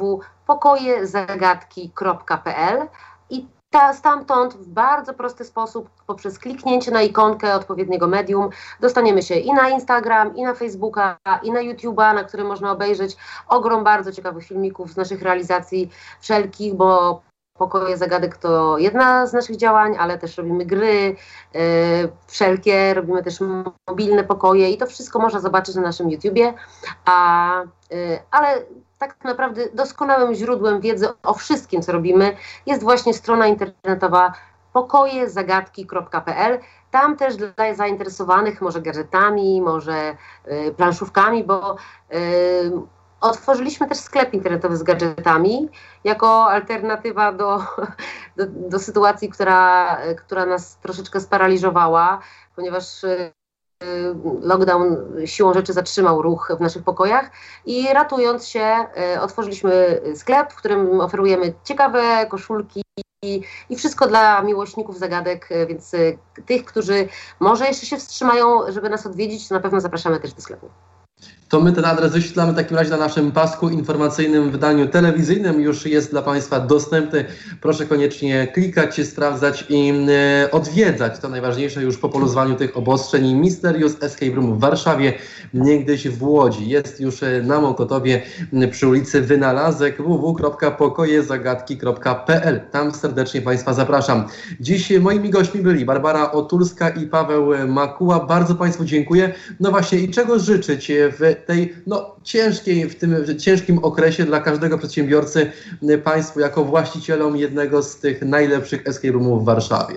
Speaker 4: www.pokojezagadki.pl i stamtąd w bardzo prosty sposób, poprzez kliknięcie na ikonkę odpowiedniego medium, dostaniemy się i na Instagram, i na Facebooka, i na YouTube'a, na którym można obejrzeć ogrom bardzo ciekawych filmików z naszych realizacji wszelkich, bo Pokoje Zagadek to jedna z naszych działań, ale też robimy gry wszelkie, robimy też mobilne pokoje i to wszystko można zobaczyć na naszym YouTubie, ale tak naprawdę doskonałym źródłem wiedzy o wszystkim, co robimy, jest właśnie strona internetowa pokojezagadki.pl. Tam też dla zainteresowanych może gadżetami, może planszówkami, bo otworzyliśmy też sklep internetowy z gadżetami jako alternatywa do sytuacji, która nas troszeczkę sparaliżowała, ponieważ lockdown siłą rzeczy zatrzymał ruch w naszych pokojach i ratując się otworzyliśmy sklep, w którym oferujemy ciekawe koszulki i wszystko dla miłośników zagadek, więc tych, którzy może jeszcze się wstrzymają, żeby nas odwiedzić, to na pewno zapraszamy też do sklepu.
Speaker 2: To my ten adres wyświetlamy w takim razie na naszym pasku informacyjnym w wydaniu telewizyjnym. Już jest dla Państwa dostępny. Proszę koniecznie klikać, sprawdzać i odwiedzać. To najważniejsze już po poluzowaniu tych obostrzeń. Mysterious Escape Room w Warszawie, niegdyś w Łodzi. Jest już na Mokotowie przy ulicy Wynalazek www.pokojezagadki.pl. Tam serdecznie Państwa zapraszam. Dziś moimi gośćmi byli Barbara Otulska i Paweł Makuła. Bardzo Państwu dziękuję. No właśnie, i czego życzyć w tym ciężkim okresie dla każdego przedsiębiorcy, Państwu jako właścicielom jednego z tych najlepszych escape roomów w Warszawie?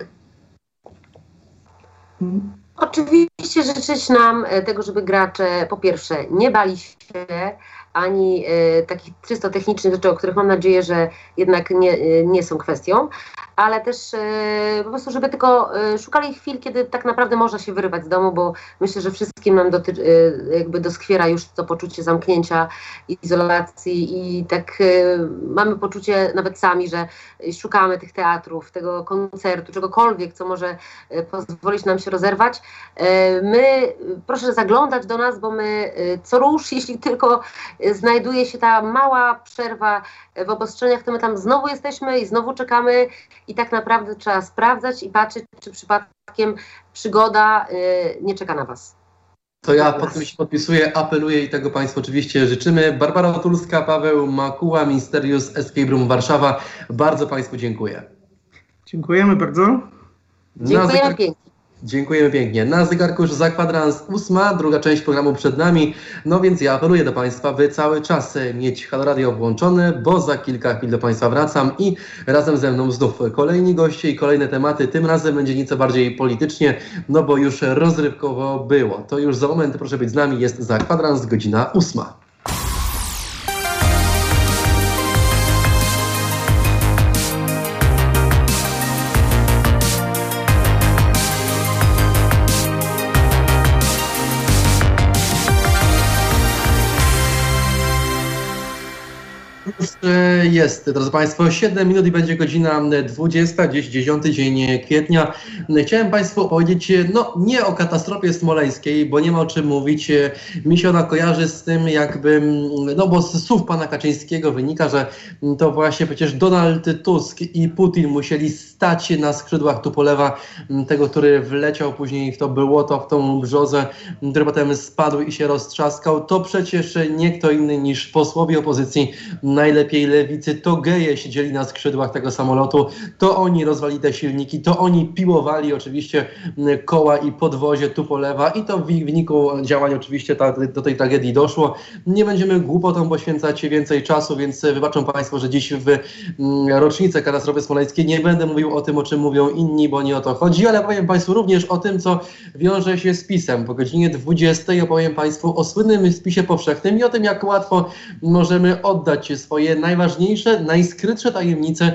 Speaker 4: Oczywiście życzyć nam tego, żeby gracze po pierwsze nie bali się ani takich czysto technicznych rzeczy, o których mam nadzieję, że jednak nie są kwestią, ale też po prostu, żeby tylko szukali chwil, kiedy tak naprawdę można się wyrywać z domu, bo myślę, że wszystkim nam jakby doskwiera już to poczucie zamknięcia, izolacji i tak mamy poczucie nawet sami, że szukamy tych teatrów, tego koncertu, czegokolwiek, co może pozwolić nam się rozerwać. Proszę zaglądać do nas, bo my co rusz, jeśli tylko znajduje się ta mała przerwa w obostrzeniach, to my tam znowu jesteśmy i znowu czekamy i tak naprawdę trzeba sprawdzać i patrzeć, czy przypadkiem przygoda nie czeka na Was.
Speaker 2: To ja pod tym się podpisuję, apeluję i tego Państwu oczywiście życzymy. Barbara Otulska, Paweł Makuła, Mysterious Escape Room Warszawa. Bardzo Państwu dziękuję.
Speaker 3: Dziękujemy bardzo.
Speaker 4: Dziękujemy pięknie.
Speaker 2: Dziękujemy pięknie. Na zegarku już za kwadrans 8, druga część programu przed nami. No więc ja apeluję do Państwa, by cały czas mieć Halo Radio włączone, bo za kilka chwil do Państwa wracam i razem ze mną znów kolejni goście i kolejne tematy. Tym razem będzie nieco bardziej politycznie, no bo już rozrywkowo było. To już za moment, proszę być z nami, jest za kwadrans, godzina 8. Jest, drodzy Państwo, 7 minut i będzie godzina 20, dziś 10 dzień kwietnia. Chciałem Państwu opowiedzieć, nie o katastrofie smoleńskiej, bo nie ma o czym mówić. Mi się ona kojarzy z tym jakby, bo z słów pana Kaczyńskiego wynika, że to właśnie przecież Donald Tusk i Putin musieli stać na skrzydłach Tupolewa, tego, który wleciał później w to błoto, w tą brzozę, który potem spadł i się roztrzaskał. To przecież nie kto inny niż posłowie opozycji, najlepiej lewicy, to geje siedzieli na skrzydłach tego samolotu, to oni rozwalili te silniki, to oni piłowali oczywiście koła i podwozie Tupolewa i to w wyniku działań oczywiście do tej tragedii doszło. Nie będziemy głupotą poświęcać więcej czasu, więc wybaczą Państwo, że dziś w rocznicę katastrofy smoleńskiej nie będę mówił o tym, o czym mówią inni, bo nie o to chodzi, ale powiem Państwu również o tym, co wiąże się z PiS-em. Po godzinie 20 opowiem Państwu o słynnym spisie powszechnym i o tym, jak łatwo możemy oddać swoje najważniejsze, najskrytsze tajemnice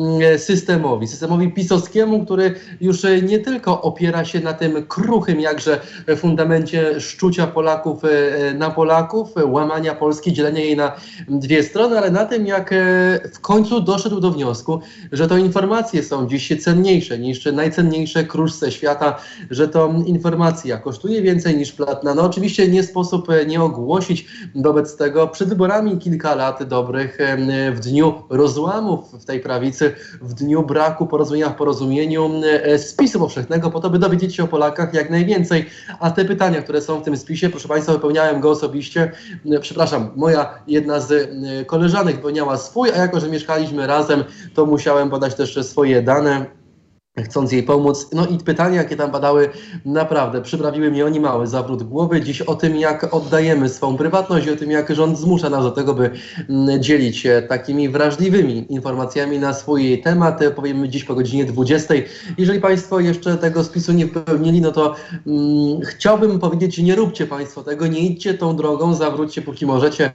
Speaker 2: systemowi pisowskiemu, który już nie tylko opiera się na tym kruchym jakże fundamencie szczucia Polaków na Polaków, łamania Polski, dzielenia jej na dwie strony, ale na tym, jak w końcu doszedł do wniosku, że to informacje są dziś cenniejsze niż najcenniejsze kruszce świata, że to informacja kosztuje więcej niż platna. No oczywiście nie sposób nie ogłosić wobec tego przed wyborami kilka lat dobrych, w dniu rozłamów w tej prawicy, w dniu braku porozumienia w porozumieniu, spisu powszechnego, po to, by dowiedzieć się o Polakach jak najwięcej. A te pytania, które są w tym spisie, proszę Państwa, wypełniałem go osobiście. Przepraszam, jedna z koleżanek wypełniała swój, a jako, że mieszkaliśmy razem, to musiałem podać też swoje dane, chcąc jej pomóc. No i pytania, jakie tam padały, naprawdę przyprawiły mnie o niemały zawrót głowy. Dziś o tym, jak oddajemy swą prywatność i o tym, jak rząd zmusza nas do tego, by dzielić się takimi wrażliwymi informacjami na swój temat. Powiemy dziś po godzinie 20. Jeżeli Państwo jeszcze tego spisu nie wypełnili, no to chciałbym powiedzieć, nie róbcie Państwo tego, nie idźcie tą drogą, zawróćcie póki możecie.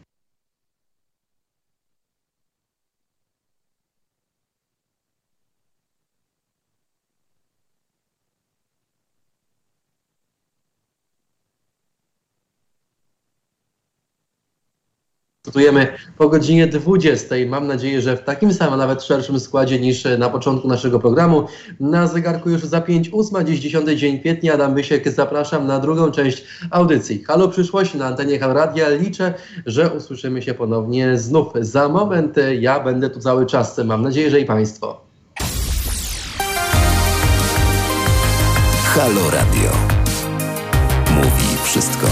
Speaker 2: Dyskutujemy po godzinie 20. Mam nadzieję, że w takim samym, nawet szerszym składzie niż na początku naszego programu. Na zegarku już za 5:08, dziś 10 dzień kwietnia. Adam Wysiek, zapraszam na drugą część audycji Halo Przyszłość na antenie Halo Radia. Liczę, że usłyszymy się ponownie znów za moment. Ja będę tu cały czas. Mam nadzieję, że i Państwo.
Speaker 1: Halo Radio. Mówi wszystko.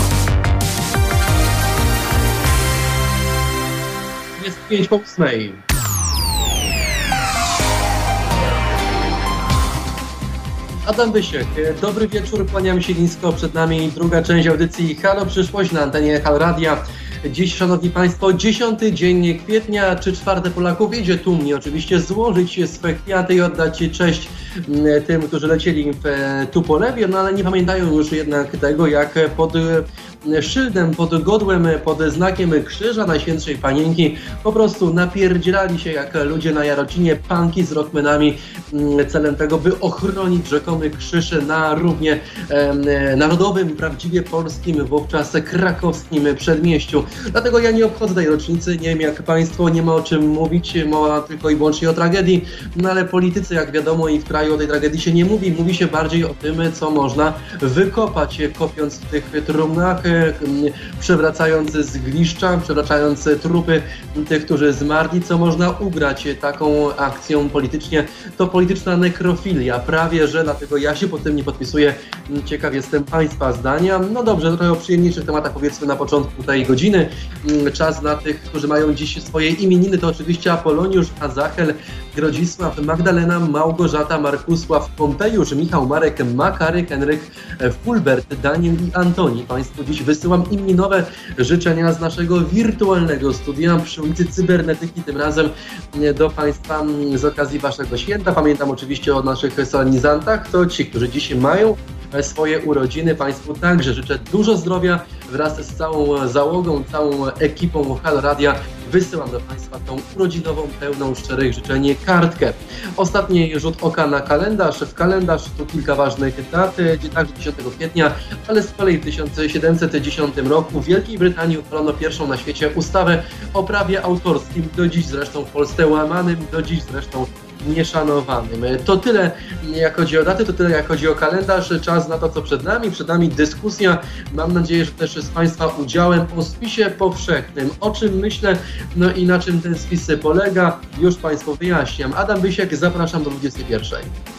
Speaker 2: Jest 5:08. Adam Wysiek, dobry wieczór, kłaniam się nisko, przed nami druga część audycji Halo Przyszłość na antenie Halo Radia. Dziś, szanowni Państwo, 10 dzień kwietnia, 3/4 Polaków idzie tłumnie oczywiście złożyć swe kwiaty i oddać cześć tym, którzy lecieli w Tupolewie, no ale nie pamiętają już jednak tego, jak pod szyldem, pod godłem, pod znakiem Krzyża Najświętszej Panienki po prostu napierdzielali się jak ludzie na Jarocinie, punki z rockmanami celem tego, by ochronić rzekomy krzyż na równie narodowym, prawdziwie polskim, wówczas krakowskim przedmieściu. Dlatego ja nie obchodzę tej rocznicy, nie wiem jak Państwo, nie ma o czym mówić, mowa tylko i wyłącznie o tragedii, no ale politycy, jak wiadomo, i w kraju kraju o tej tragedii się nie mówi. Mówi się bardziej o tym, co można wykopać, kopiąc w tych trumnach, przewracając zgliszcza, przewracając trupy tych, którzy zmarli, co można ugrać taką akcją politycznie. To polityczna nekrofilia, prawie że, dlatego ja się pod tym nie podpisuję. Ciekaw jestem Państwa zdania. No dobrze, trochę o przyjemniejszych tematach powiedzmy na początku tej godziny. Czas na tych, którzy mają dziś swoje imieniny, to oczywiście Apoloniusz, Azachel, Grodzisław, Magdalena, Małgorzata, Markusław, Pompejusz, Michał, Marek, Makary, Henryk, Fulbert, Daniel i Antoni. Państwu dziś wysyłam imieninowe życzenia z naszego wirtualnego studia przy ulicy Cybernetyki, tym razem do Państwa z okazji Waszego święta. Pamiętam oczywiście o naszych solenizantach, to ci, którzy dziś mają swoje urodziny. Państwu także życzę dużo zdrowia wraz z całą załogą, całą ekipą Halo Radia. Wysyłam do Państwa tą urodzinową, pełną szczerych życzeń kartkę. Ostatni rzut oka na kalendarz. W kalendarz tu kilka ważnych dat, także 10 kwietnia, ale z kolei w 1710 roku w Wielkiej Brytanii uchwalono pierwszą na świecie ustawę o prawie autorskim, do dziś zresztą w Polsce łamanym, do dziś zresztą nieszanowanym. To tyle jak chodzi o daty, to tyle jak chodzi o kalendarz. Czas na to, co przed nami. Przed nami dyskusja. Mam nadzieję, że też z Państwa udziałem o spisie powszechnym. O czym myślę, no i na czym ten spis polega, już Państwu wyjaśniam. Adam Bysiek, zapraszam do 21.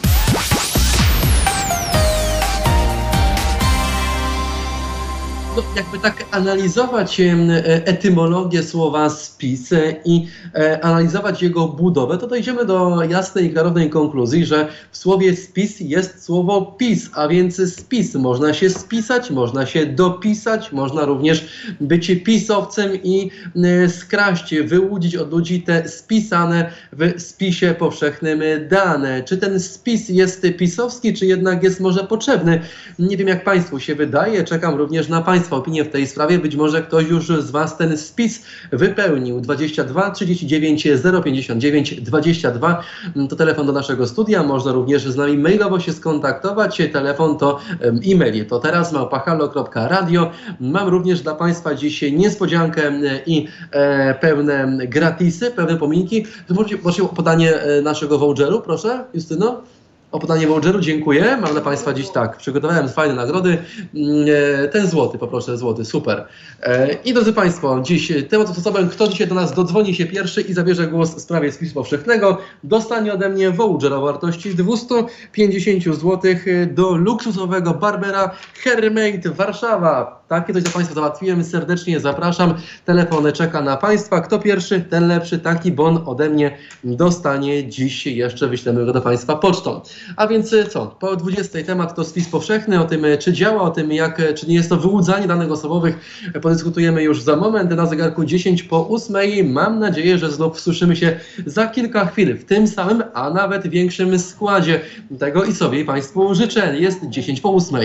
Speaker 2: No, jakby tak analizować etymologię słowa spis i analizować jego budowę, to dojdziemy do jasnej i klarownej konkluzji, że w słowie spis jest słowo pis, a więc spis. Można się spisać, można się dopisać, można również być pisowcem i skraść, wyłudzić od ludzi te spisane w spisie powszechnym dane. Czy ten spis jest pisowski, czy jednak jest może potrzebny? Nie wiem, jak Państwu się wydaje. Czekam również na Państwa opinię w tej sprawie. Być może ktoś już z Was ten spis wypełnił. 22 39 059 22 to telefon do naszego studia. Można również z nami mailowo się skontaktować. Telefon to e-mail. To teraz @halo.radio. Mam również dla Państwa dziś niespodziankę i pełne gratisy, pewne pominki. Proszę o podanie naszego voucheru, proszę, Justyno. O podanie voucheru, dziękuję. Mam dla Państwa dziś tak, przygotowałem fajne nagrody. Ten złoty, poproszę, złoty, super. I drodzy Państwo, dziś tym sposobem, kto dzisiaj do nas dodzwoni się pierwszy i zabierze głos w sprawie spisu powszechnego, dostanie ode mnie voucher o wartości 250 zł do luksusowego barbera Hermate Warszawa. Takie coś dla Państwa załatwiłem, serdecznie zapraszam. Telefon czeka na Państwa. Kto pierwszy, ten lepszy. Taki bon ode mnie dostanie dziś. Jeszcze wyślemy go do Państwa pocztą. A więc co? Po 20 temat to spis powszechny. O tym, czy działa, o tym, czy nie jest to wyłudzanie danych osobowych, podyskutujemy już za moment. Na zegarku 10 po 8. Mam nadzieję, że znów słyszymy się za kilka chwil w tym samym, a nawet większym składzie. Tego i sobie i Państwu życzę. Jest 10 po 8.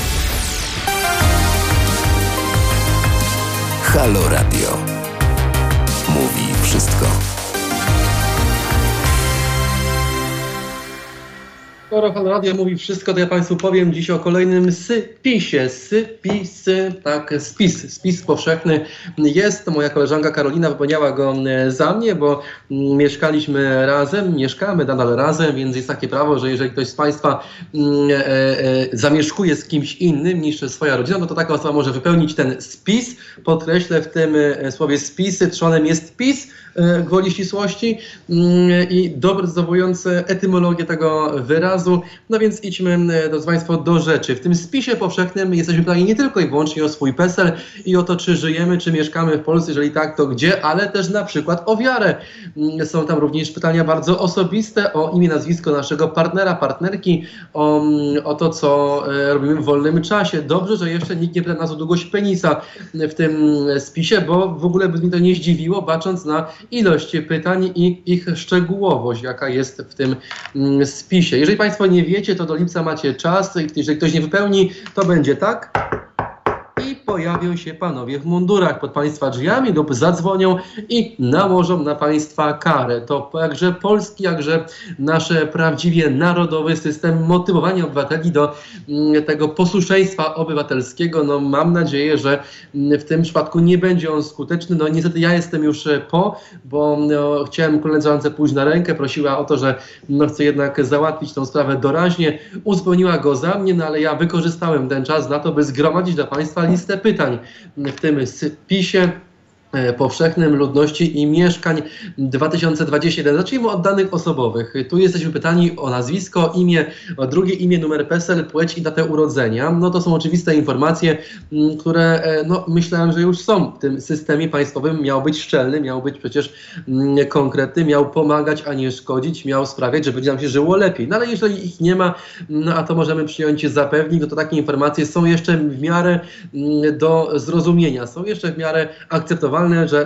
Speaker 1: Halo Radio. Mówi wszystko.
Speaker 2: Skoro Halo Radio mówi wszystko, to ja Państwu powiem dziś o kolejnym spisie. Spis powszechny jest. Moja koleżanka Karolina wypełniała go za mnie, bo mieszkaliśmy razem, mieszkamy nadal razem, więc jest takie prawo, że jeżeli ktoś z Państwa zamieszkuje z kimś innym niż swoja rodzina, no to taka osoba może wypełnić ten spis. Podkreślę w tym słowie spisy, trzonem jest PiS, gwoli ścisłości i doprecyzowujące etymologię tego wyrazu. No więc idźmy, drodzy Państwo, do rzeczy. W tym spisie powszechnym jesteśmy pytani nie tylko i wyłącznie o swój PESEL i o to, czy żyjemy, czy mieszkamy w Polsce, jeżeli tak, to gdzie, ale też na przykład o wiarę. Są tam również pytania bardzo osobiste o imię, nazwisko naszego partnera, partnerki, o to, co robimy w wolnym czasie. Dobrze, że jeszcze nikt nie pyta nas o długość penisa w tym spisie, bo w ogóle by mnie to nie zdziwiło, bacząc na ilość pytań i ich szczegółowość, jaka jest w tym spisie. Jeżeli Państwo nie wiecie, to do lipca macie czas. Jeżeli ktoś nie wypełni, to będzie tak. i pojawią się panowie w mundurach pod państwa drzwiami lub zadzwonią i nałożą na państwa karę. To jakże polski, jakże nasz prawdziwie narodowy system motywowania obywateli do tego posłuszeństwa obywatelskiego. No mam nadzieję, że w tym przypadku nie będzie on skuteczny. No niestety ja jestem już bo chciałem koleżance pójść na rękę, prosiła o to, że chcę jednak załatwić tę sprawę doraźnie. Uzupełniła go za mnie, no ale ja wykorzystałem ten czas na to, by zgromadzić dla państwa listę pytań w tym spisie powszechnym ludności i mieszkań 2021. Zacznijmy od danych osobowych. Tu jesteśmy pytani o nazwisko, imię, o drugie imię, numer PESEL, płeć i datę urodzenia. No to są oczywiste informacje, które myślałem, że już są w tym systemie państwowym. Miał być szczelny, miał być przecież konkretny, miał pomagać, a nie szkodzić, miał sprawiać, że będzie nam się żyło lepiej. No ale jeżeli ich nie ma, a to możemy przyjąć za pewnik, to takie informacje są jeszcze w miarę do zrozumienia, są jeszcze w miarę akceptowalne, że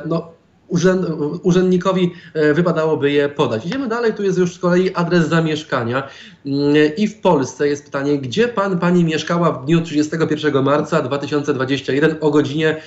Speaker 2: urzędnikowi wypadałoby je podać. Idziemy dalej, tu jest już z kolei adres zamieszkania i w Polsce jest pytanie, gdzie pani mieszkała w dniu 31 marca 2021 o godzinie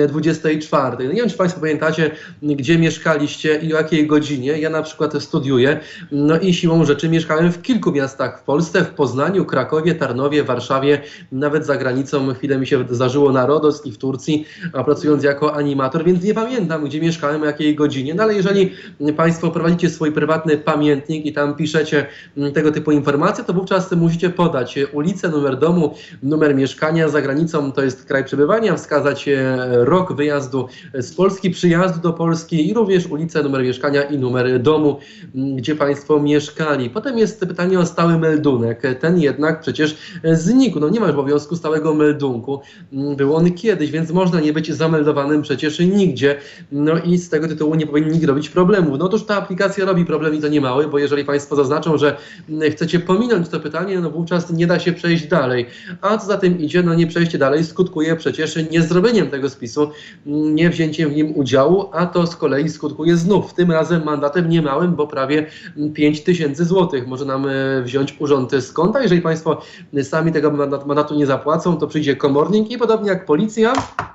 Speaker 2: 24. No nie wiem, czy państwo pamiętacie, gdzie mieszkaliście i o jakiej godzinie. Ja na przykład studiuję, no i siłą rzeczy mieszkałem w kilku miastach w Polsce, w Poznaniu, Krakowie, Tarnowie, Warszawie, nawet za granicą. Chwilę mi się zdarzyło na Rodos i w Turcji, a pracując jako animator, więc nie pamiętam, gdzie mieszkałem, o jakiej godzinie. No ale jeżeli państwo prowadzicie swój prywatny pamiętnik i tam piszecie tego typu informacje, to wówczas musicie podać ulicę, numer domu, numer mieszkania. Za granicą to jest kraj przebywania, wskazać rok wyjazdu z Polski, przyjazdu do Polski i również ulicę, numer mieszkania i numer domu, gdzie państwo mieszkali. Potem jest pytanie o stały meldunek. Ten jednak przecież znikł. No nie ma obowiązku stałego meldunku. Był on kiedyś, więc można nie być zameldowanym przecież nigdzie. No i z tego tytułu nie powinni nikt robić problemów. No otóż ta aplikacja robi problem i to nie mały, bo jeżeli państwo zaznaczą, że chcecie pominąć to pytanie, no wówczas nie da się przejść dalej. A co za tym idzie, no nie przejście dalej skutkuje przecież niezrobieniem tego spisu, nie wzięciem w nim udziału, a to z kolei skutkuje znów, tym razem mandatem niemałym, bo prawie 5000 złotych może nam wziąć urząd z konta. Jeżeli państwo sami tego mandatu nie zapłacą, to przyjdzie komornik i podobnie jak policja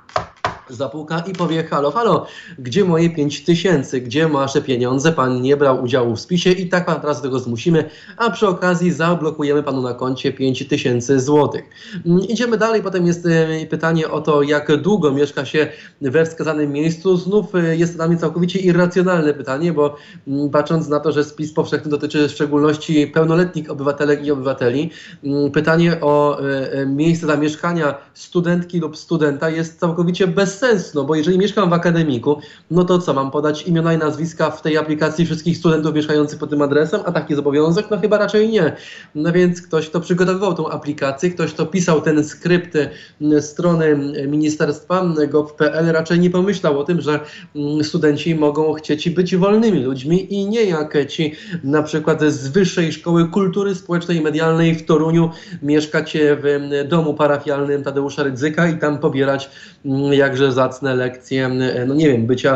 Speaker 2: zapuka i powie: halo, halo, gdzie moje 5000, gdzie wasze pieniądze, pan nie brał udziału w spisie i tak pan teraz do tego zmusimy, a przy okazji zablokujemy panu na koncie 5000 złotych. Idziemy dalej, potem jest pytanie o to, jak długo mieszka się we wskazanym miejscu. Znów jest to dla mnie całkowicie irracjonalne pytanie, bo patrząc na to, że spis powszechny dotyczy w szczególności pełnoletnich obywatelek i obywateli, pytanie o miejsce zamieszkania studentki lub studenta jest całkowicie bez sensu, no bo jeżeli mieszkam w akademiku, no to co, mam podać imiona i nazwiska w tej aplikacji wszystkich studentów mieszkających pod tym adresem, a taki jest obowiązek? No chyba raczej nie. No więc ktoś, kto przygotowywał tą aplikację, ktoś, kto pisał ten skrypt strony ministerstwa gov.pl, raczej nie pomyślał o tym, że studenci mogą chcieć być wolnymi ludźmi i nie jak ci na przykład z Wyższej Szkoły Kultury Społecznej i Medialnej w Toruniu mieszkać w domu parafialnym Tadeusza Rydzyka i tam pobierać jakże zacne lekcje, no nie wiem, bycia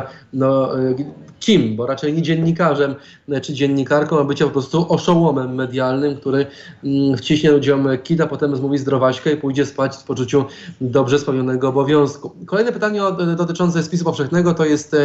Speaker 2: kim, bo raczej nie dziennikarzem czy dziennikarką, a bycia po prostu oszołomem medialnym, który wciśnie ludziom kit, a potem zmówi zdrowaśkę i pójdzie spać w poczuciu dobrze spełnionego obowiązku. Kolejne pytanie dotyczące spisu powszechnego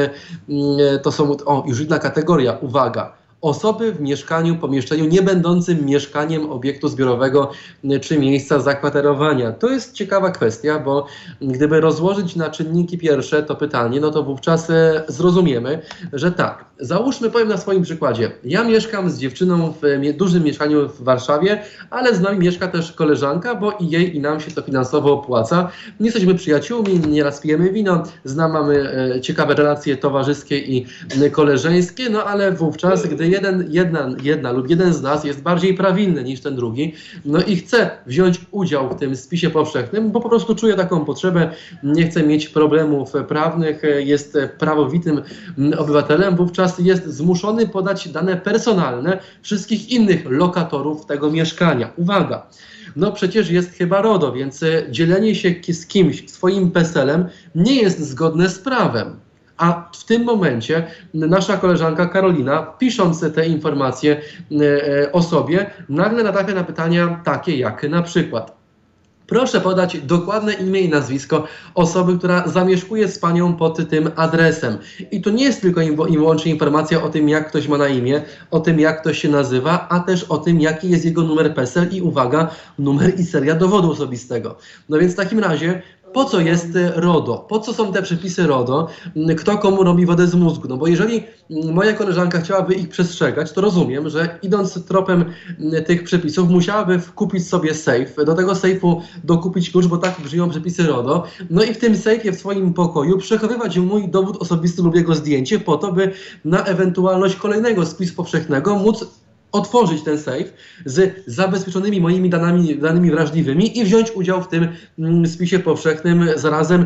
Speaker 2: to są już inna kategoria, uwaga. Osoby w mieszkaniu, pomieszczeniu nie będącym mieszkaniem obiektu zbiorowego czy miejsca zakwaterowania. To jest ciekawa kwestia, bo gdyby rozłożyć na czynniki pierwsze to pytanie, no to wówczas zrozumiemy, że tak. Załóżmy, powiem na swoim przykładzie. Ja mieszkam z dziewczyną w dużym mieszkaniu w Warszawie, ale z nami mieszka też koleżanka, bo i jej, i nam się to finansowo opłaca. Nie jesteśmy przyjaciółmi, nieraz pijemy wino, mamy ciekawe relacje towarzyskie i koleżeńskie, no ale wówczas, gdy jedna lub jeden z nas jest bardziej prawilny niż ten drugi, no i chce wziąć udział w tym spisie powszechnym, bo po prostu czuje taką potrzebę, nie chce mieć problemów prawnych, jest prawowitym obywatelem, wówczas jest zmuszony podać dane personalne wszystkich innych lokatorów tego mieszkania. Uwaga! No przecież jest chyba RODO, więc dzielenie się z kimś swoim PESEL-em nie jest zgodne z prawem. A w tym momencie nasza koleżanka Karolina, pisząc te informacje o sobie, nagle natrafia na pytania takie jak na przykład: Proszę podać dokładne imię i nazwisko osoby, która zamieszkuje z Panią pod tym adresem. I to nie jest tylko i wyłącznie informacja o tym, jak ktoś ma na imię, o tym, jak ktoś się nazywa, a też o tym, jaki jest jego numer PESEL i uwaga, numer i seria dowodu osobistego. No więc w takim razie, po co jest RODO? Po co są te przepisy RODO? Kto komu robi wodę z mózgu? No bo jeżeli moja koleżanka chciałaby ich przestrzegać, to rozumiem, że idąc tropem tych przepisów musiałaby kupić sobie safe, do tego safe'u dokupić klucz, bo tak brzmią przepisy RODO, no i w tym safe'ie w swoim pokoju przechowywać mój dowód osobisty lub jego zdjęcie po to, by na ewentualność kolejnego spisu powszechnego móc otworzyć ten safe z zabezpieczonymi moimi danymi wrażliwymi i wziąć udział w tym spisie powszechnym, zarazem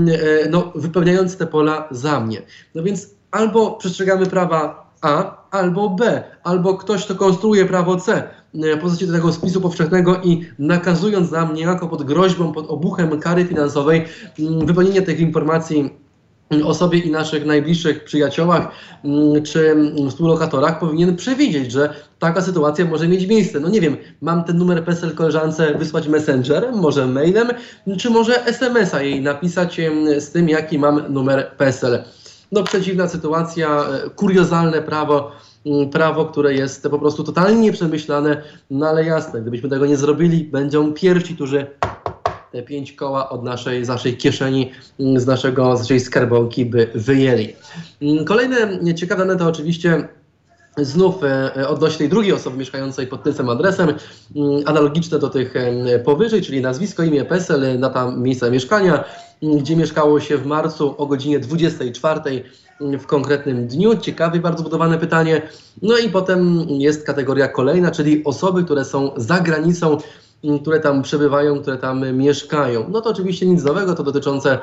Speaker 2: wypełniając te pola za mnie. No więc albo przestrzegamy prawa A, albo B, albo ktoś, kto konstruuje prawo C, w postaci do tego spisu powszechnego i nakazując nam niejako pod groźbą, pod obuchem kary finansowej wypełnienie tych informacji o sobie i naszych najbliższych przyjaciołach czy współlokatorach, powinien przewidzieć, że taka sytuacja może mieć miejsce. No nie wiem, mam ten numer PESEL koleżance wysłać messengerem, może mailem, czy może SMS-a jej napisać z tym, jaki mam numer PESEL. No przeciwna sytuacja, kuriozalne prawo, które jest po prostu totalnie nieprzemyślane, no ale jasne, gdybyśmy tego nie zrobili, będą pierwsi, którzy te 5 koła od z naszej kieszeni, z naszej skarbonki by wyjęli. Kolejne ciekawe dane to oczywiście znów odnośnie tej drugiej osoby mieszkającej pod tym samym adresem, analogiczne do tych powyżej, czyli nazwisko, imię, PESEL, data miejsca mieszkania, gdzie mieszkało się w marcu o godzinie 24 w konkretnym dniu. Ciekawe, bardzo budowane pytanie. No i potem jest kategoria kolejna, czyli osoby, które są za granicą, które tam przebywają, które tam mieszkają. No to oczywiście nic nowego, to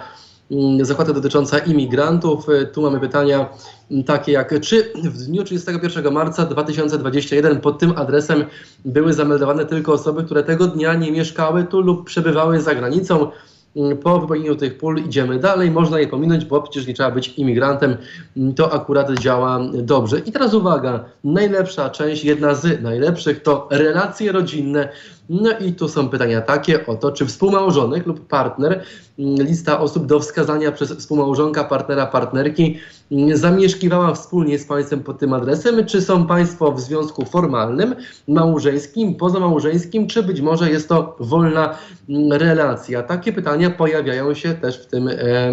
Speaker 2: zakłada dotycząca imigrantów. Tu mamy pytania takie jak, czy w dniu 31 marca 2021 pod tym adresem były zameldowane tylko osoby, które tego dnia nie mieszkały tu lub przebywały za granicą. Po wypełnieniu tych pól idziemy dalej, można je pominąć, bo przecież nie trzeba być imigrantem, to akurat działa dobrze. I teraz uwaga, najlepsza część, jedna z najlepszych to relacje rodzinne. No i tu są pytania takie o to, czy współmałżonek lub partner, lista osób do wskazania przez współmałżonka, partnera, partnerki zamieszkiwała wspólnie z państwem pod tym adresem, czy są państwo w związku formalnym, małżeńskim, pozamałżeńskim, czy być może jest to wolna relacja. Takie pytania pojawiają się też w tym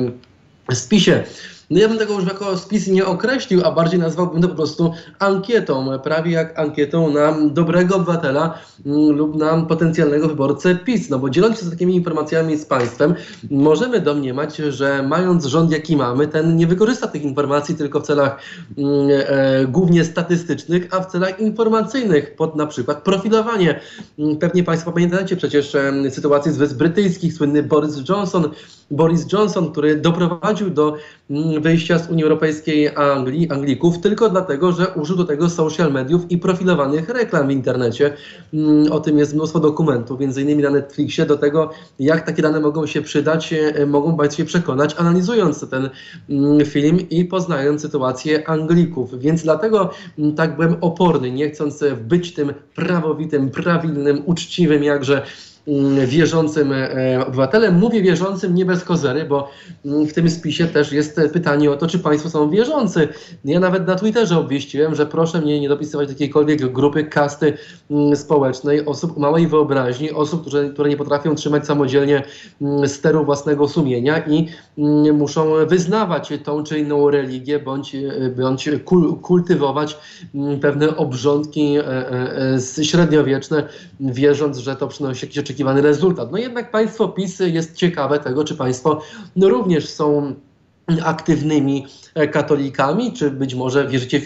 Speaker 2: spisie. No ja bym tego już jako spis nie określił, a bardziej nazwałbym to po prostu ankietą, prawie jak ankietą na dobrego obywatela lub na potencjalnego wyborcę PiS. No bo dzieląc się z takimi informacjami z państwem, możemy domniemać, że mając rząd jaki mamy, ten nie wykorzysta tych informacji tylko w celach głównie statystycznych, a w celach informacyjnych, pod na przykład profilowanie. Pewnie państwo pamiętacie przecież sytuację z Wysp Brytyjskich, słynny Boris Johnson, który doprowadził do wyjścia z Unii Europejskiej Anglików tylko dlatego, że użył do tego social mediów i profilowanych reklam w internecie. O tym jest mnóstwo dokumentów, m.in. na Netflixie. Do tego, jak takie dane mogą się przydać, mogą państwo się przekonać, analizując ten film i poznając sytuację Anglików. Więc dlatego tak byłem oporny, nie chcąc być tym prawowitym, prawilnym, uczciwym, jakże wierzącym obywatelem. Mówię wierzącym nie bez kozery, bo w tym spisie też jest pytanie o to, czy państwo są wierzący. Ja nawet na Twitterze obwieściłem, że proszę mnie nie dopisywać do jakiejkolwiek grupy, kasty społecznej, osób o małej wyobraźni, osób, które nie potrafią trzymać samodzielnie steru własnego sumienia i muszą wyznawać tą czy inną religię, bądź kultywować pewne obrządki średniowieczne, wierząc, że to przynosi jakiś oczekiwany rezultat. No jednak państwo PiS jest ciekawe tego, czy państwo również są aktywnymi katolikami, czy być może wierzycie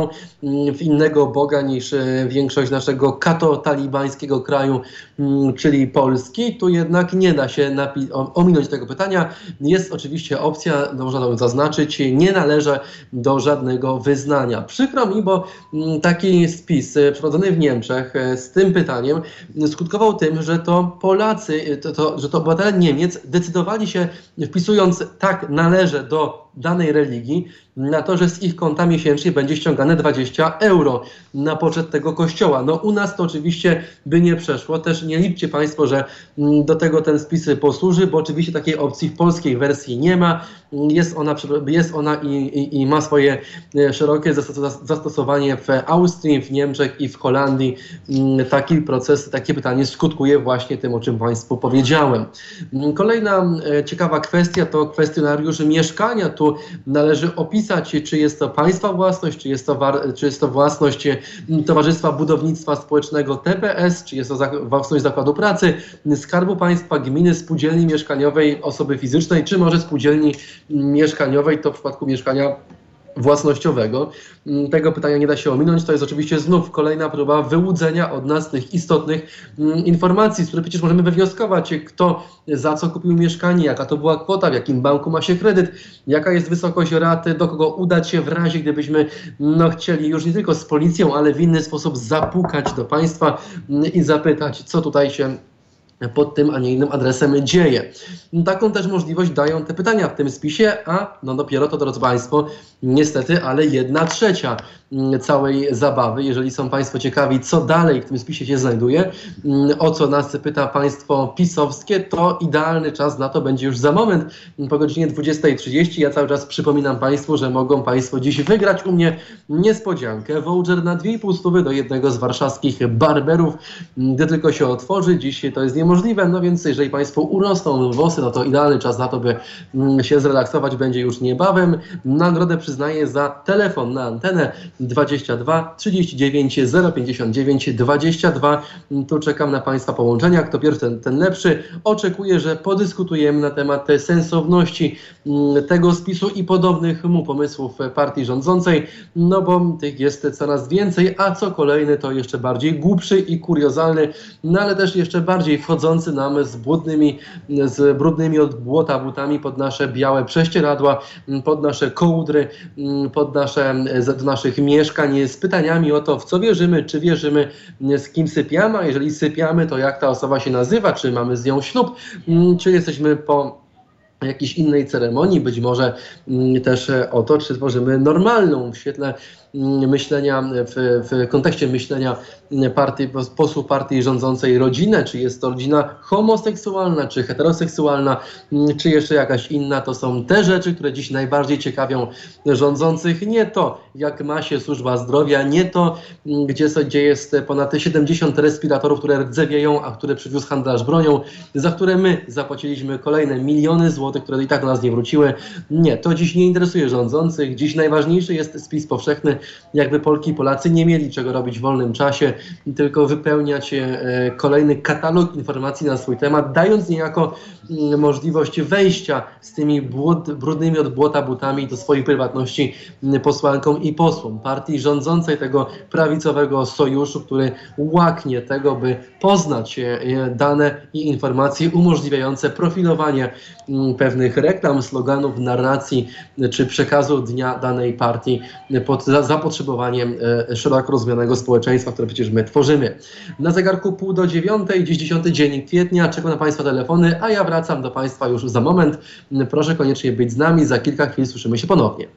Speaker 2: w innego Boga niż większość naszego kato-talibańskiego kraju, czyli Polski. Tu jednak nie da się ominąć tego pytania. Jest oczywiście opcja, można to zaznaczyć, nie należę do żadnego wyznania. Przykro mi, bo taki spis przeprowadzony w Niemczech z tym pytaniem skutkował tym, że to Polacy, że to obywatele Niemiec decydowali się, wpisując tak, należę do danej religii na to, że z ich konta miesięcznie będzie ściągane 20 euro na poczet tego kościoła. No u nas to oczywiście by nie przeszło. Też nie liczcie Państwo, że do tego ten spis posłuży, bo oczywiście takiej opcji w polskiej wersji nie ma. Jest ona i ma swoje szerokie zastosowanie w Austrii, w Niemczech i w Holandii. Taki proces, takie pytanie skutkuje właśnie tym, o czym Państwu powiedziałem. Kolejna ciekawa kwestia to kwestionariusz mieszkania. Tu należy opisać, czy jest to państwa własność, czy jest to własność Towarzystwa Budownictwa Społecznego TPS, czy jest to własność Zakładu Pracy, Skarbu Państwa, gminy, spółdzielni mieszkaniowej, osoby fizycznej, czy może spółdzielni mieszkaniowej, to w przypadku mieszkania własnościowego. Tego pytania nie da się ominąć. To jest oczywiście znów kolejna próba wyłudzenia od nas tych istotnych informacji, z których przecież możemy wywnioskować, kto za co kupił mieszkanie, jaka to była kwota, w jakim banku ma się kredyt, jaka jest wysokość raty, do kogo udać się w razie, gdybyśmy chcieli już nie tylko z policją, ale w inny sposób zapukać do państwa i zapytać, co tutaj się pod tym, a nie innym adresem dzieje. Taką też możliwość dają te pytania w tym spisie, a dopiero to, drodzy Państwo, niestety, ale 1/3 całej zabawy. Jeżeli są Państwo ciekawi, co dalej w tym spisie się znajduje, o co nas pyta państwo pisowskie, to idealny czas na to będzie już za moment, po godzinie 20:30. Ja cały czas przypominam Państwu, że mogą Państwo dziś wygrać u mnie niespodziankę. Voucher na 2,5 stówy do jednego z warszawskich barberów, gdy tylko się otworzy. Dziś to jest niemożliwe, no więc jeżeli Państwo urosną włosy, no to idealny czas na to, by się zrelaksować będzie już niebawem. Nagrodę przyznaję za telefon na antenę 22 39 059 22. Tu czekam na Państwa połączenia. Kto pierwszy, ten lepszy. Oczekuję, że podyskutujemy na temat sensowności tego spisu i podobnych mu pomysłów partii rządzącej, no bo tych jest coraz więcej, a co kolejny to jeszcze bardziej głupszy i kuriozalny, no ale też jeszcze bardziej wchodzący nam z brudnymi od błota butami pod nasze białe prześcieradła, pod nasze kołdry, do naszych mieszkań, z pytaniami o to, w co wierzymy, czy wierzymy, z kim sypiamy, a jeżeli sypiamy, to jak ta osoba się nazywa, czy mamy z nią ślub, czy jesteśmy po jakiejś innej ceremonii, być może też o to, czy tworzymy normalną w świetle myślenia, w kontekście myślenia posłów partii rządzącej rodzinę, czy jest to rodzina homoseksualna, czy heteroseksualna, czy jeszcze jakaś inna. To są te rzeczy, które dziś najbardziej ciekawią rządzących. Nie to, jak ma się służba zdrowia, nie to, gdzie jest ponad 70 respiratorów, które rdzewieją, a które przywiózł handlarz bronią, za które my zapłaciliśmy kolejne miliony złotych, które i tak do nas nie wróciły. Nie, to dziś nie interesuje rządzących. Dziś najważniejszy jest spis powszechny, jakby Polki i Polacy nie mieli czego robić w wolnym czasie, tylko wypełniać kolejny katalog informacji na swój temat, dając niejako możliwość wejścia z tymi brudnymi od błota butami do swojej prywatności posłankom i posłom partii rządzącej, tego prawicowego sojuszu, który łaknie tego, by poznać dane i informacje umożliwiające profilowanie pewnych reklam, sloganów, narracji czy przekazu dnia danej partii pod zapotrzebowaniem szeroko rozumianego społeczeństwa, które przecież my tworzymy. Na zegarku 8:30, dziś 10 dzień kwietnia, czekam na Państwa telefony, a ja wracam do Państwa już za moment. Proszę koniecznie być z nami, za kilka chwil słyszymy się ponownie.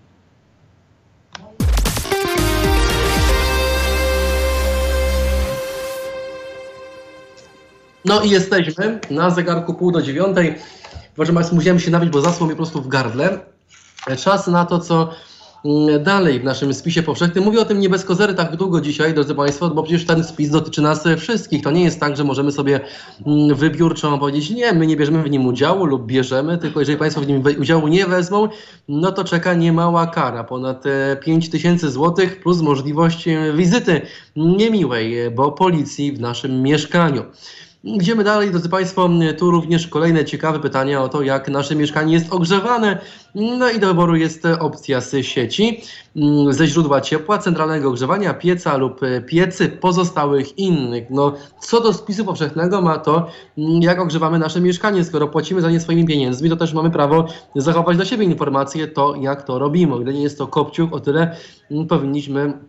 Speaker 2: No i jesteśmy na zegarku 8:30. Proszę Państwa, musiałem się napić, bo zasło mi po prostu w gardle. Czas na to, co dalej w naszym spisie powszechnym. Mówię o tym nie bez kozery tak długo dzisiaj, drodzy Państwo, bo przecież ten spis dotyczy nas wszystkich. To nie jest tak, że możemy sobie wybiórczo powiedzieć, nie, my nie bierzemy w nim udziału lub bierzemy, tylko jeżeli Państwo w nim udziału nie wezmą, no to czeka niemała kara, ponad 5000 zł plus możliwość wizyty niemiłej, bo policji w naszym mieszkaniu. Idziemy dalej, drodzy Państwo, tu również kolejne ciekawe pytania o to, jak nasze mieszkanie jest ogrzewane. No i do wyboru jest opcja z sieci, ze źródła ciepła, centralnego ogrzewania, pieca lub piecy pozostałych innych. No, co do spisu powszechnego ma to, jak ogrzewamy nasze mieszkanie. Skoro płacimy za nie swoimi pieniędzmi, to też mamy prawo zachować dla siebie informacje, to jak to robimy. Gdy nie jest to kopciuch, o tyle powinniśmy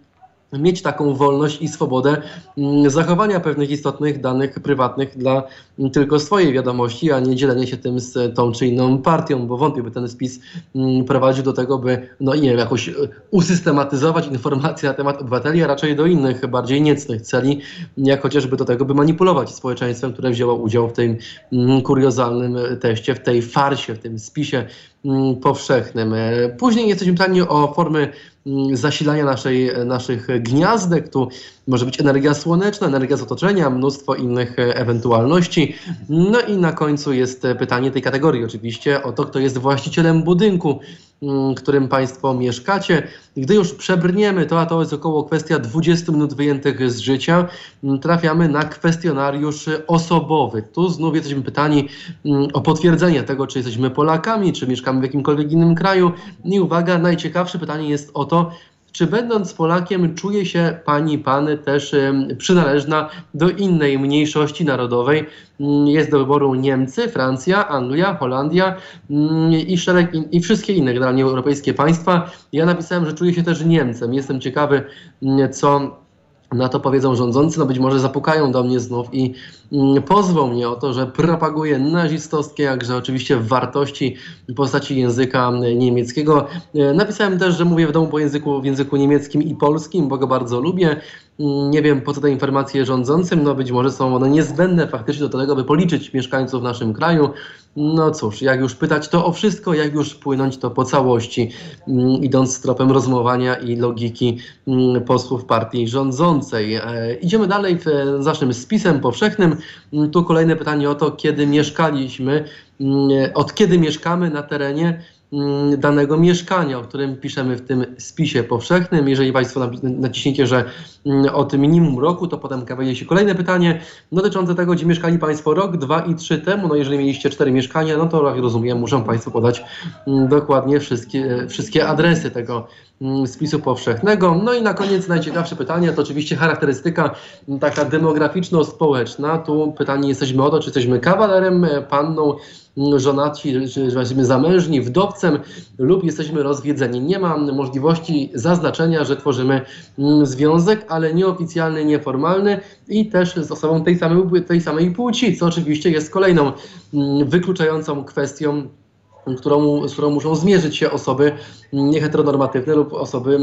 Speaker 2: mieć taką wolność i swobodę zachowania pewnych istotnych danych prywatnych dla tylko swojej wiadomości, a nie dzielenie się tym z tą czy inną partią, bo wątpię, by ten spis prowadził do tego, by nie wiem, jakoś usystematyzować informacje na temat obywateli, a raczej do innych, bardziej niecnych celi, jak chociażby do tego, by manipulować społeczeństwem, które wzięło udział w tym kuriozalnym teście, w tej farsie, w tym spisie powszechnym. Później jesteśmy pytani o formy zasilania naszych gniazdek. Tu może być energia słoneczna, energia z otoczenia, mnóstwo innych ewentualności. No i na końcu jest pytanie tej kategorii oczywiście o to, kto jest właścicielem budynku, w którym Państwo mieszkacie. Gdy już przebrniemy to, a to jest około kwestia 20 minut wyjętych z życia, trafiamy na kwestionariusz osobowy. Tu znów jesteśmy pytani o potwierdzenie tego, czy jesteśmy Polakami, czy mieszkamy w jakimkolwiek innym kraju. I uwaga, najciekawsze pytanie jest o to, czy będąc Polakiem czuje się pani, pan też przynależna do innej mniejszości narodowej? Jest do wyboru Niemcy, Francja, Anglia, Holandia i wszystkie inne generalnie europejskie państwa. Ja napisałem, że czuję się też Niemcem. Jestem ciekawy, co na to powiedzą rządzący. No być może zapukają do mnie znów i pozwą mnie o to, że propaguję nazistowskie, jakże oczywiście wartości w postaci języka niemieckiego. Napisałem też, że mówię w domu w języku niemieckim i polskim, bo go bardzo lubię. Nie wiem, po co te informacje rządzącym, no być może są one niezbędne faktycznie do tego, by policzyć mieszkańców w naszym kraju. No cóż, jak już pytać to o wszystko, jak już płynąć to po całości, idąc tropem rozumowania i logiki posłów partii rządzącej. Idziemy dalej z naszym spisem powszechnym. Tu kolejne pytanie o to, kiedy mieszkaliśmy, od kiedy mieszkamy na terenie danego mieszkania, o którym piszemy w tym spisie powszechnym. Jeżeli Państwo naciśniecie, że od minimum roku, to potem pojawia się kolejne pytanie dotyczące tego, gdzie mieszkali Państwo rok, 2 i 3 temu. No jeżeli mieliście 4 mieszkania, no to jak rozumiem, muszą Państwo podać dokładnie wszystkie adresy tego spisu powszechnego. No i na koniec najciekawsze pytanie, to oczywiście charakterystyka taka demograficzno-społeczna. Tu pytanie jesteśmy o to, czy jesteśmy kawalerem, panną, żonaci, czy jesteśmy zamężni, wdowcem lub jesteśmy rozwiedzeni. Nie ma możliwości zaznaczenia, że tworzymy związek, ale nieoficjalny, nieformalny i też z osobą tej samej płci, co oczywiście jest kolejną wykluczającą kwestią, z którą muszą zmierzyć się osoby nieheteronormatywne lub osoby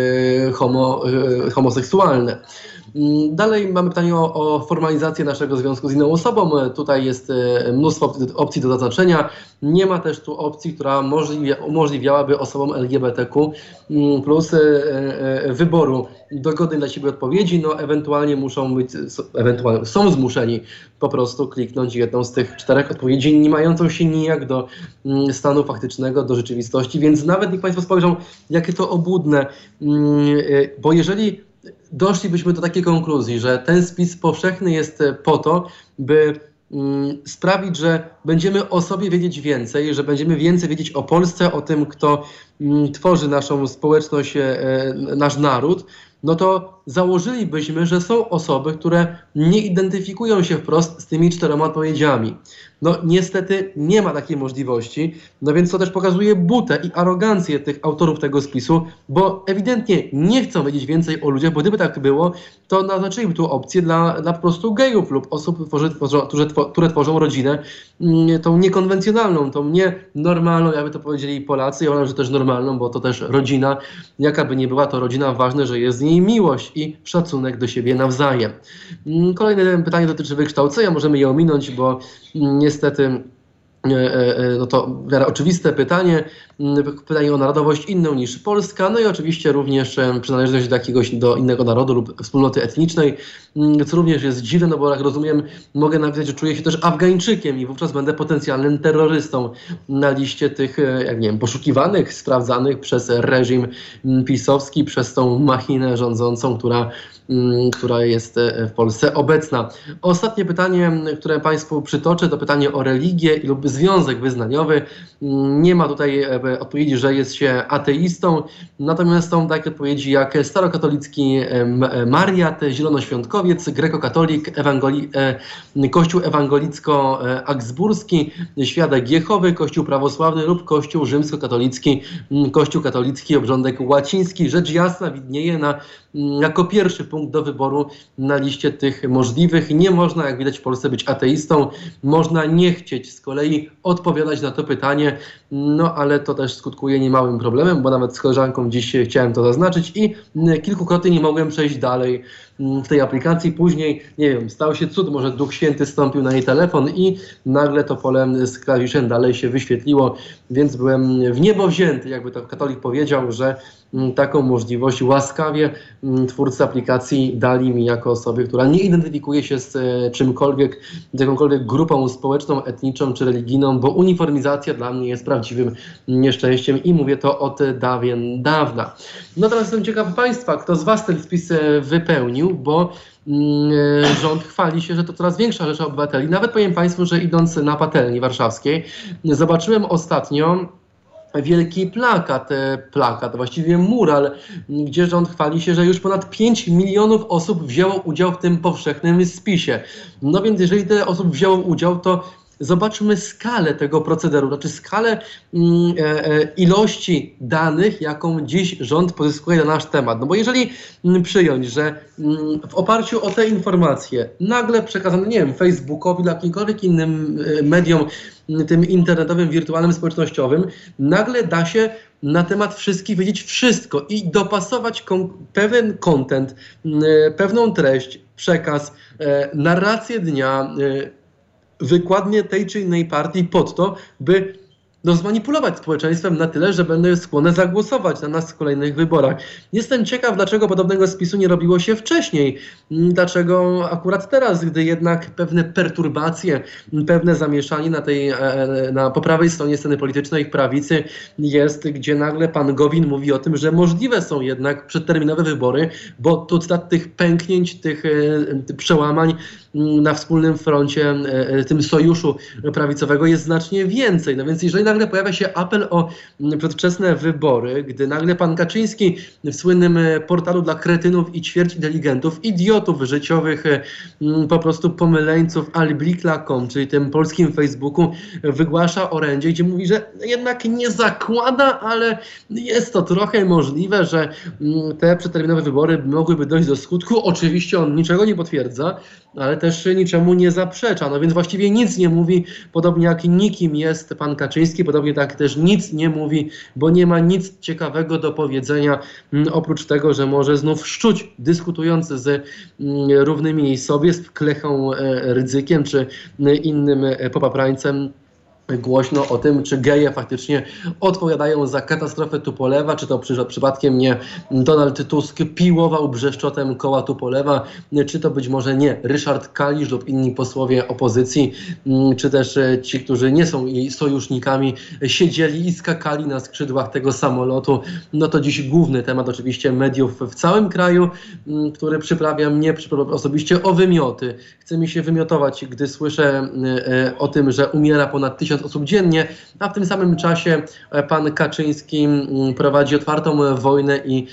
Speaker 2: homoseksualne. Dalej mamy pytanie o formalizację naszego związku z inną osobą. Tutaj jest mnóstwo opcji do zaznaczenia. Nie ma też tu opcji, która umożliwiałaby osobom LGBTQ plus wyboru dogodnej dla siebie odpowiedzi. No ewentualnie są zmuszeni po prostu kliknąć jedną z tych 4 odpowiedzi, nie mającą się nijak do stanu faktycznego, do rzeczywistości. Więc nawet niech Państwo spojrzą, jakie to obłudne, bo jeżeli doszlibyśmy do takiej konkluzji, że ten spis powszechny jest po to, by sprawić, że będziemy o sobie wiedzieć więcej, że będziemy więcej wiedzieć o Polsce, o tym, kto tworzy naszą społeczność, nasz naród, no to założylibyśmy, że są osoby, które nie identyfikują się wprost z tymi 4 odpowiedziami. No niestety nie ma takiej możliwości, no więc to też pokazuje butę i arogancję tych autorów tego spisu, bo ewidentnie nie chcą wiedzieć więcej o ludziach, bo gdyby tak było, to naznaczyliby tu opcję dla po prostu gejów lub osób, które tworzą rodzinę tą niekonwencjonalną, tą nienormalną, jakby to powiedzieli Polacy. Ja uważam, że też normalną, bo to też rodzina, jaka by nie była to rodzina, ważne, że jest z niej miłość i szacunek do siebie nawzajem. Kolejne pytanie dotyczy wykształcenia, możemy je ominąć, bo niestety no to w miarę oczywiste pytanie o narodowość inną niż Polska, no i oczywiście również przynależność do innego narodu lub wspólnoty etnicznej, co również jest dziwne, no bo jak rozumiem, mogę napisać, że czuję się też Afgańczykiem i wówczas będę potencjalnym terrorystą na liście tych, jak nie wiem, poszukiwanych, sprawdzanych przez reżim pisowski, przez tą machinę rządzącą, która jest w Polsce obecna. Ostatnie pytanie, które Państwu przytoczę, to pytanie o religię lub związek wyznaniowy. Nie ma tutaj odpowiedzi, że jest się ateistą, natomiast są takie odpowiedzi jak starokatolicki Mariat, zielonoświątkowiec, grekokatolik, kościół ewangelicko-augsburski, świadek Jehowy, kościół prawosławny lub kościół rzymskokatolicki, kościół katolicki, obrządek łaciński. Rzecz jasna widnieje jako pierwszy punkt do wyboru na liście tych możliwych. Nie można, jak widać, w Polsce być ateistą. Można nie chcieć z kolei odpowiadać na to pytanie, no ale to też skutkuje niemałym problemem, bo nawet z koleżanką dziś chciałem to zaznaczyć i kilkukrotnie nie mogłem przejść dalej w tej aplikacji. Później, nie wiem, stał się cud, może Duch Święty stąpił na jej telefon i nagle to pole z klawiszem dalej się wyświetliło, więc byłem w niebo wzięty, jakby to katolik powiedział, że taką możliwość łaskawie twórcy aplikacji dali mi jako osobie, która nie identyfikuje się z czymkolwiek, z jakąkolwiek grupą społeczną, etniczną czy religijną, bo uniformizacja dla mnie jest prawdziwym nieszczęściem i mówię to od dawien dawna. No teraz jestem ciekaw Państwa, kto z Was ten spis wypełnił, bo rząd chwali się, że to coraz większa rzesza obywateli. Nawet powiem Państwu, że idąc na patelni warszawskiej, zobaczyłem ostatnio wielki plakat, właściwie mural, gdzie rząd chwali się, że już ponad 5 milionów osób wzięło udział w tym powszechnym spisie. No więc jeżeli tyle osób wzięło udział, to zobaczmy skalę tego procederu, znaczy skalę ilości danych, jaką dziś rząd pozyskuje na nasz temat. No bo jeżeli przyjąć, że w oparciu o te informacje nagle przekazane, nie wiem, Facebookowi, dla jakimkolwiek innym mediom, tym internetowym, wirtualnym, społecznościowym, nagle da się na temat wszystkich wiedzieć wszystko i dopasować pewien content, pewną treść, przekaz, narrację dnia, wykładnie tej czy innej partii pod to, by zmanipulować społeczeństwem na tyle, że będą skłonne zagłosować na nas w kolejnych wyborach. Jestem ciekaw, dlaczego podobnego spisu nie robiło się wcześniej. Dlaczego akurat teraz, gdy jednak pewne perturbacje, pewne zamieszanie po prawej stronie sceny politycznej prawicy jest, gdzie nagle pan Gowin mówi o tym, że możliwe są jednak przedterminowe wybory, bo tu tych pęknięć, tych przełamań na wspólnym froncie, tym sojuszu prawicowego jest znacznie więcej. No więc jeżeli nagle pojawia się apel o przedwczesne wybory, gdy nagle pan Kaczyński w słynnym portalu dla kretynów i ćwierć inteligentów, idiotów życiowych, po prostu pomyleńców alblikla.com, czyli tym polskim Facebooku, wygłasza orędzie, gdzie mówi, że jednak nie zakłada, ale jest to trochę możliwe, że te przedterminowe wybory mogłyby dojść do skutku. Oczywiście on niczego nie potwierdza, ale też niczemu nie zaprzecza. No więc właściwie nic nie mówi, podobnie jak nikim jest pan Kaczyński, podobnie tak też nic nie mówi, bo nie ma nic ciekawego do powiedzenia, oprócz tego, że może znów szczuć, dyskutując z równymi sobie, z Klechą Rydzykiem czy innym popaprańcem, głośno o tym, czy geje faktycznie odpowiadają za katastrofę Tupolewa, czy to przypadkiem nie Donald Tusk piłował brzeszczotem koła Tupolewa, czy to być może nie Ryszard Kalisz lub inni posłowie opozycji, czy też ci, którzy nie są jej sojusznikami, siedzieli i skakali na skrzydłach tego samolotu. No to dziś główny temat oczywiście mediów w całym kraju, który przyprawia mnie osobiście o wymioty. Chce mi się wymiotować, gdy słyszę o tym, że umiera ponad 1000 osób dziennie, a w tym samym czasie pan Kaczyński prowadzi otwartą wojnę i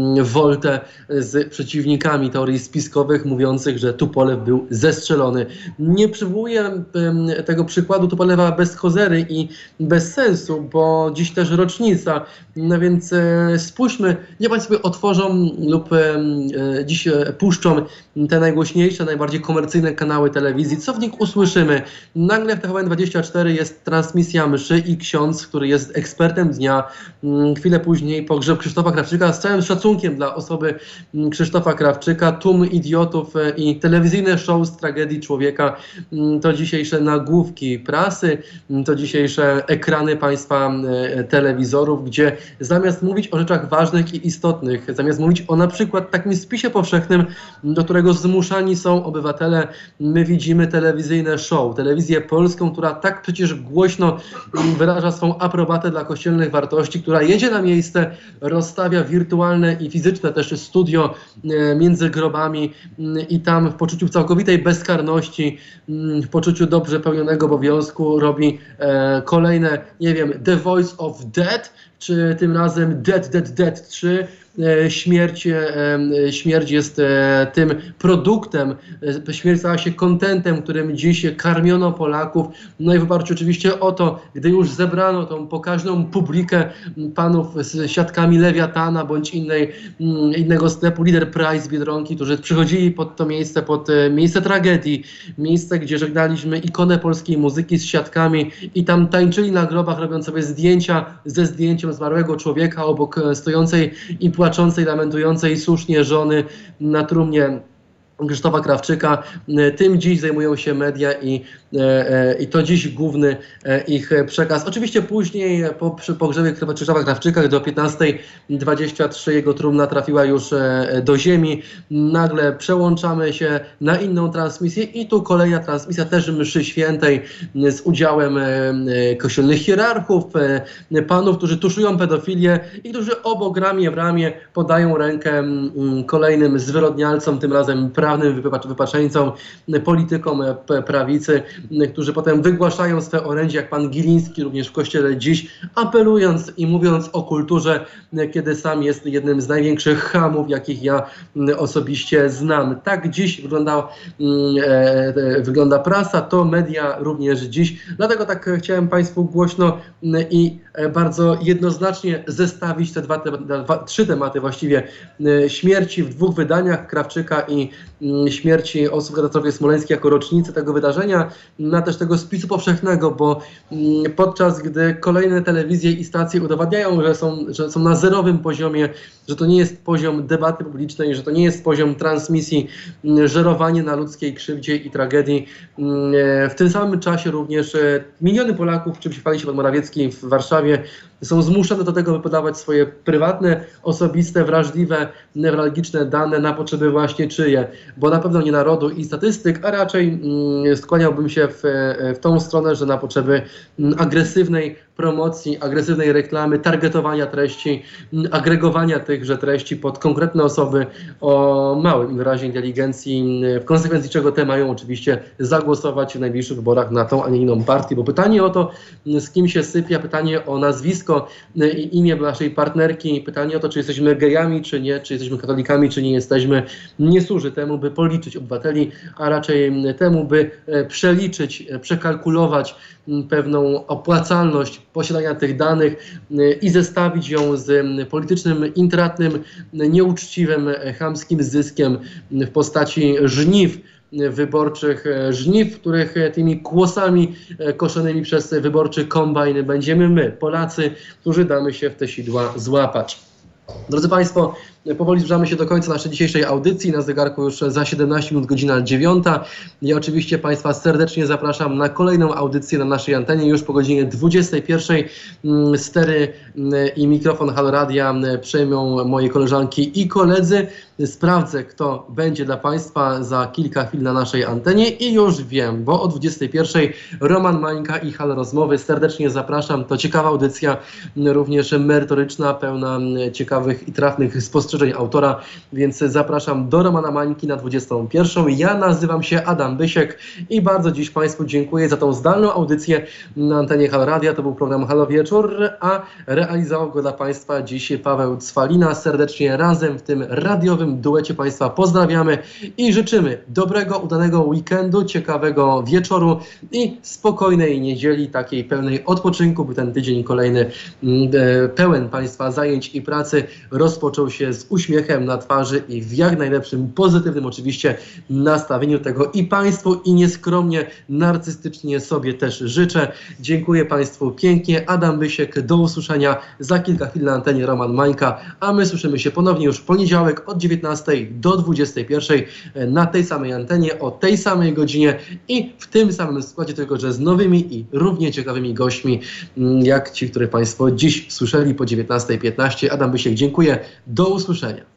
Speaker 2: woltę z przeciwnikami teorii spiskowych, mówiących, że Tupolew był zestrzelony. Nie przywołuję tego przykładu Tupolewa bez kozery i bez sensu, bo dziś też rocznica, no więc spójrzmy, niech Państwo sobie otworzą lub dziś puszczą te najgłośniejsze, najbardziej komercyjne kanały telewizji. Co w nich usłyszymy? Nagle w TVN24 jest transmisja mszy i ksiądz, który jest ekspertem dnia. Chwilę później pogrzeb Krzysztofa Krawczyka. Z całym szacunkiem dla osoby Krzysztofa Krawczyka, tłum idiotów i telewizyjne show z tragedii człowieka. To dzisiejsze nagłówki prasy, to dzisiejsze ekrany Państwa telewizorów, gdzie zamiast mówić o rzeczach ważnych i istotnych, zamiast mówić o na przykład takim spisie powszechnym, do którego zmuszani są obywatele, my widzimy telewizyjne show, telewizję polską, która tak przecież głośno wyraża swą aprobatę dla kościelnych wartości, która jedzie na miejsce, rozstawia wirtualne i fizyczne też studio między grobami i tam w poczuciu całkowitej bezkarności, w poczuciu dobrze pełnionego obowiązku robi kolejne, nie wiem, The Voice of Dead, czy tym razem Dead 3. Śmierć jest tym produktem, śmierć stała się kontentem, którym dziś karmiono Polaków. No i wyparcie oczywiście o to, gdy już zebrano tą pokaźną publikę panów z siatkami Lewiatana bądź innego sklepu Leader Price Biedronki, którzy przychodzili pod to miejsce, pod miejsce tragedii, miejsce, gdzie żegnaliśmy ikonę polskiej muzyki z siatkami i tam tańczyli na grobach, robiąc sobie zdjęcia ze zdjęciem zmarłego człowieka obok stojącej i płaczącej, lamentującej słusznie żony na trumnie Krzysztofa Krawczyka. Tym dziś zajmują się media i to dziś główny ich przekaz. Oczywiście później przy pogrzebie Krzysztofa Krawczyka, gdy o 15:23 jego trumna trafiła już do ziemi, nagle przełączamy się na inną transmisję i tu kolejna transmisja też mszy świętej z udziałem kościelnych hierarchów, panów, którzy tuszują pedofilię i którzy obok ramię w ramię podają rękę kolejnym zwyrodnialcom, tym razem prawnym wypaczeńcom, politykom prawicy, którzy potem wygłaszają swe orędzie, jak pan Giliński również w kościele dziś, apelując i mówiąc o kulturze, kiedy sam jest jednym z największych chamów, jakich ja osobiście znam. Tak dziś wygląda prasa, to media również dziś. Dlatego tak chciałem Państwu głośno i bardzo jednoznacznie zestawić te trzy tematy właściwie śmierci w dwóch wydaniach Krawczyka i śmierci osób w katastrofie smoleńskiej jako rocznicy tego wydarzenia, na też tego spisu powszechnego, bo podczas gdy kolejne telewizje i stacje udowadniają, że są na zerowym poziomie, że to nie jest poziom debaty publicznej, że to nie jest poziom transmisji, żerowanie na ludzkiej krzywdzie i tragedii. W tym samym czasie również miliony Polaków, czym się chwali się pan Morawiecki w Warszawie, są zmuszone do tego, by podawać swoje prywatne, osobiste, wrażliwe, newralgiczne dane na potrzeby właśnie czyje, bo na pewno nie narodu i statystyk, a raczej skłaniałbym się w tą stronę, że na potrzeby agresywnej promocji, agresywnej reklamy, targetowania treści, agregowania tychże treści pod konkretne osoby o małym wyrazie inteligencji, w konsekwencji czego te mają oczywiście zagłosować w najbliższych wyborach na tą, a nie inną partię, bo pytanie o to, z kim się sypia, pytanie o nazwisko i imię naszej partnerki, pytanie o to, czy jesteśmy gejami, czy nie, czy jesteśmy katolikami, czy nie jesteśmy, nie służy temu, by policzyć obywateli, a raczej temu, by przeliczyć, przekalkulować pewną opłacalność posiadania tych danych i zestawić ją z politycznym, intratnym, nieuczciwym, chamskim zyskiem w postaci żniw wyborczych, żniw, których tymi kłosami koszonymi przez wyborczy kombajn będziemy my, Polacy, którzy damy się w te sidła złapać. Drodzy Państwo, powoli zbliżamy się do końca naszej dzisiejszej audycji. Na zegarku już za 17 minut godzina 9. Ja oczywiście Państwa serdecznie zapraszam na kolejną audycję na naszej antenie już po godzinie 21. Stery i mikrofon Halo Radia przejmą moje koleżanki i koledzy. Sprawdzę, kto będzie dla Państwa za kilka chwil na naszej antenie i już wiem, bo o 21. Roman Mańka i Halo Rozmowy. Serdecznie zapraszam. To ciekawa audycja, również merytoryczna, pełna ciekawych i trafnych spostrzeżeń autora, więc zapraszam do Romana Mańki na 21. Ja nazywam się Adam Bysiek i bardzo dziś Państwu dziękuję za tą zdalną audycję na antenie Halo Radia. To był program Halo Wieczór, a realizował go dla Państwa dziś Paweł Cwalina. Serdecznie razem w tym radiowym duecie Państwa pozdrawiamy i życzymy dobrego, udanego weekendu, ciekawego wieczoru i spokojnej niedzieli, takiej pełnej odpoczynku, by ten tydzień kolejny pełen Państwa zajęć i pracy rozpoczął się z uśmiechem na twarzy i w jak najlepszym, pozytywnym oczywiście nastawieniu. Tego i Państwu, i nieskromnie, narcystycznie sobie też życzę. Dziękuję Państwu pięknie. Adam Bysiek, do usłyszenia za kilka chwil na antenie Roman Mańka, a my słyszymy się ponownie już w poniedziałek od 19 do 21 na tej samej antenie, o tej samej godzinie i w tym samym składzie, tylko że z nowymi i równie ciekawymi gośćmi, jak ci, których Państwo dziś słyszeli po 19:15. Adam Bysiek, dziękuję. Do usłyszenia.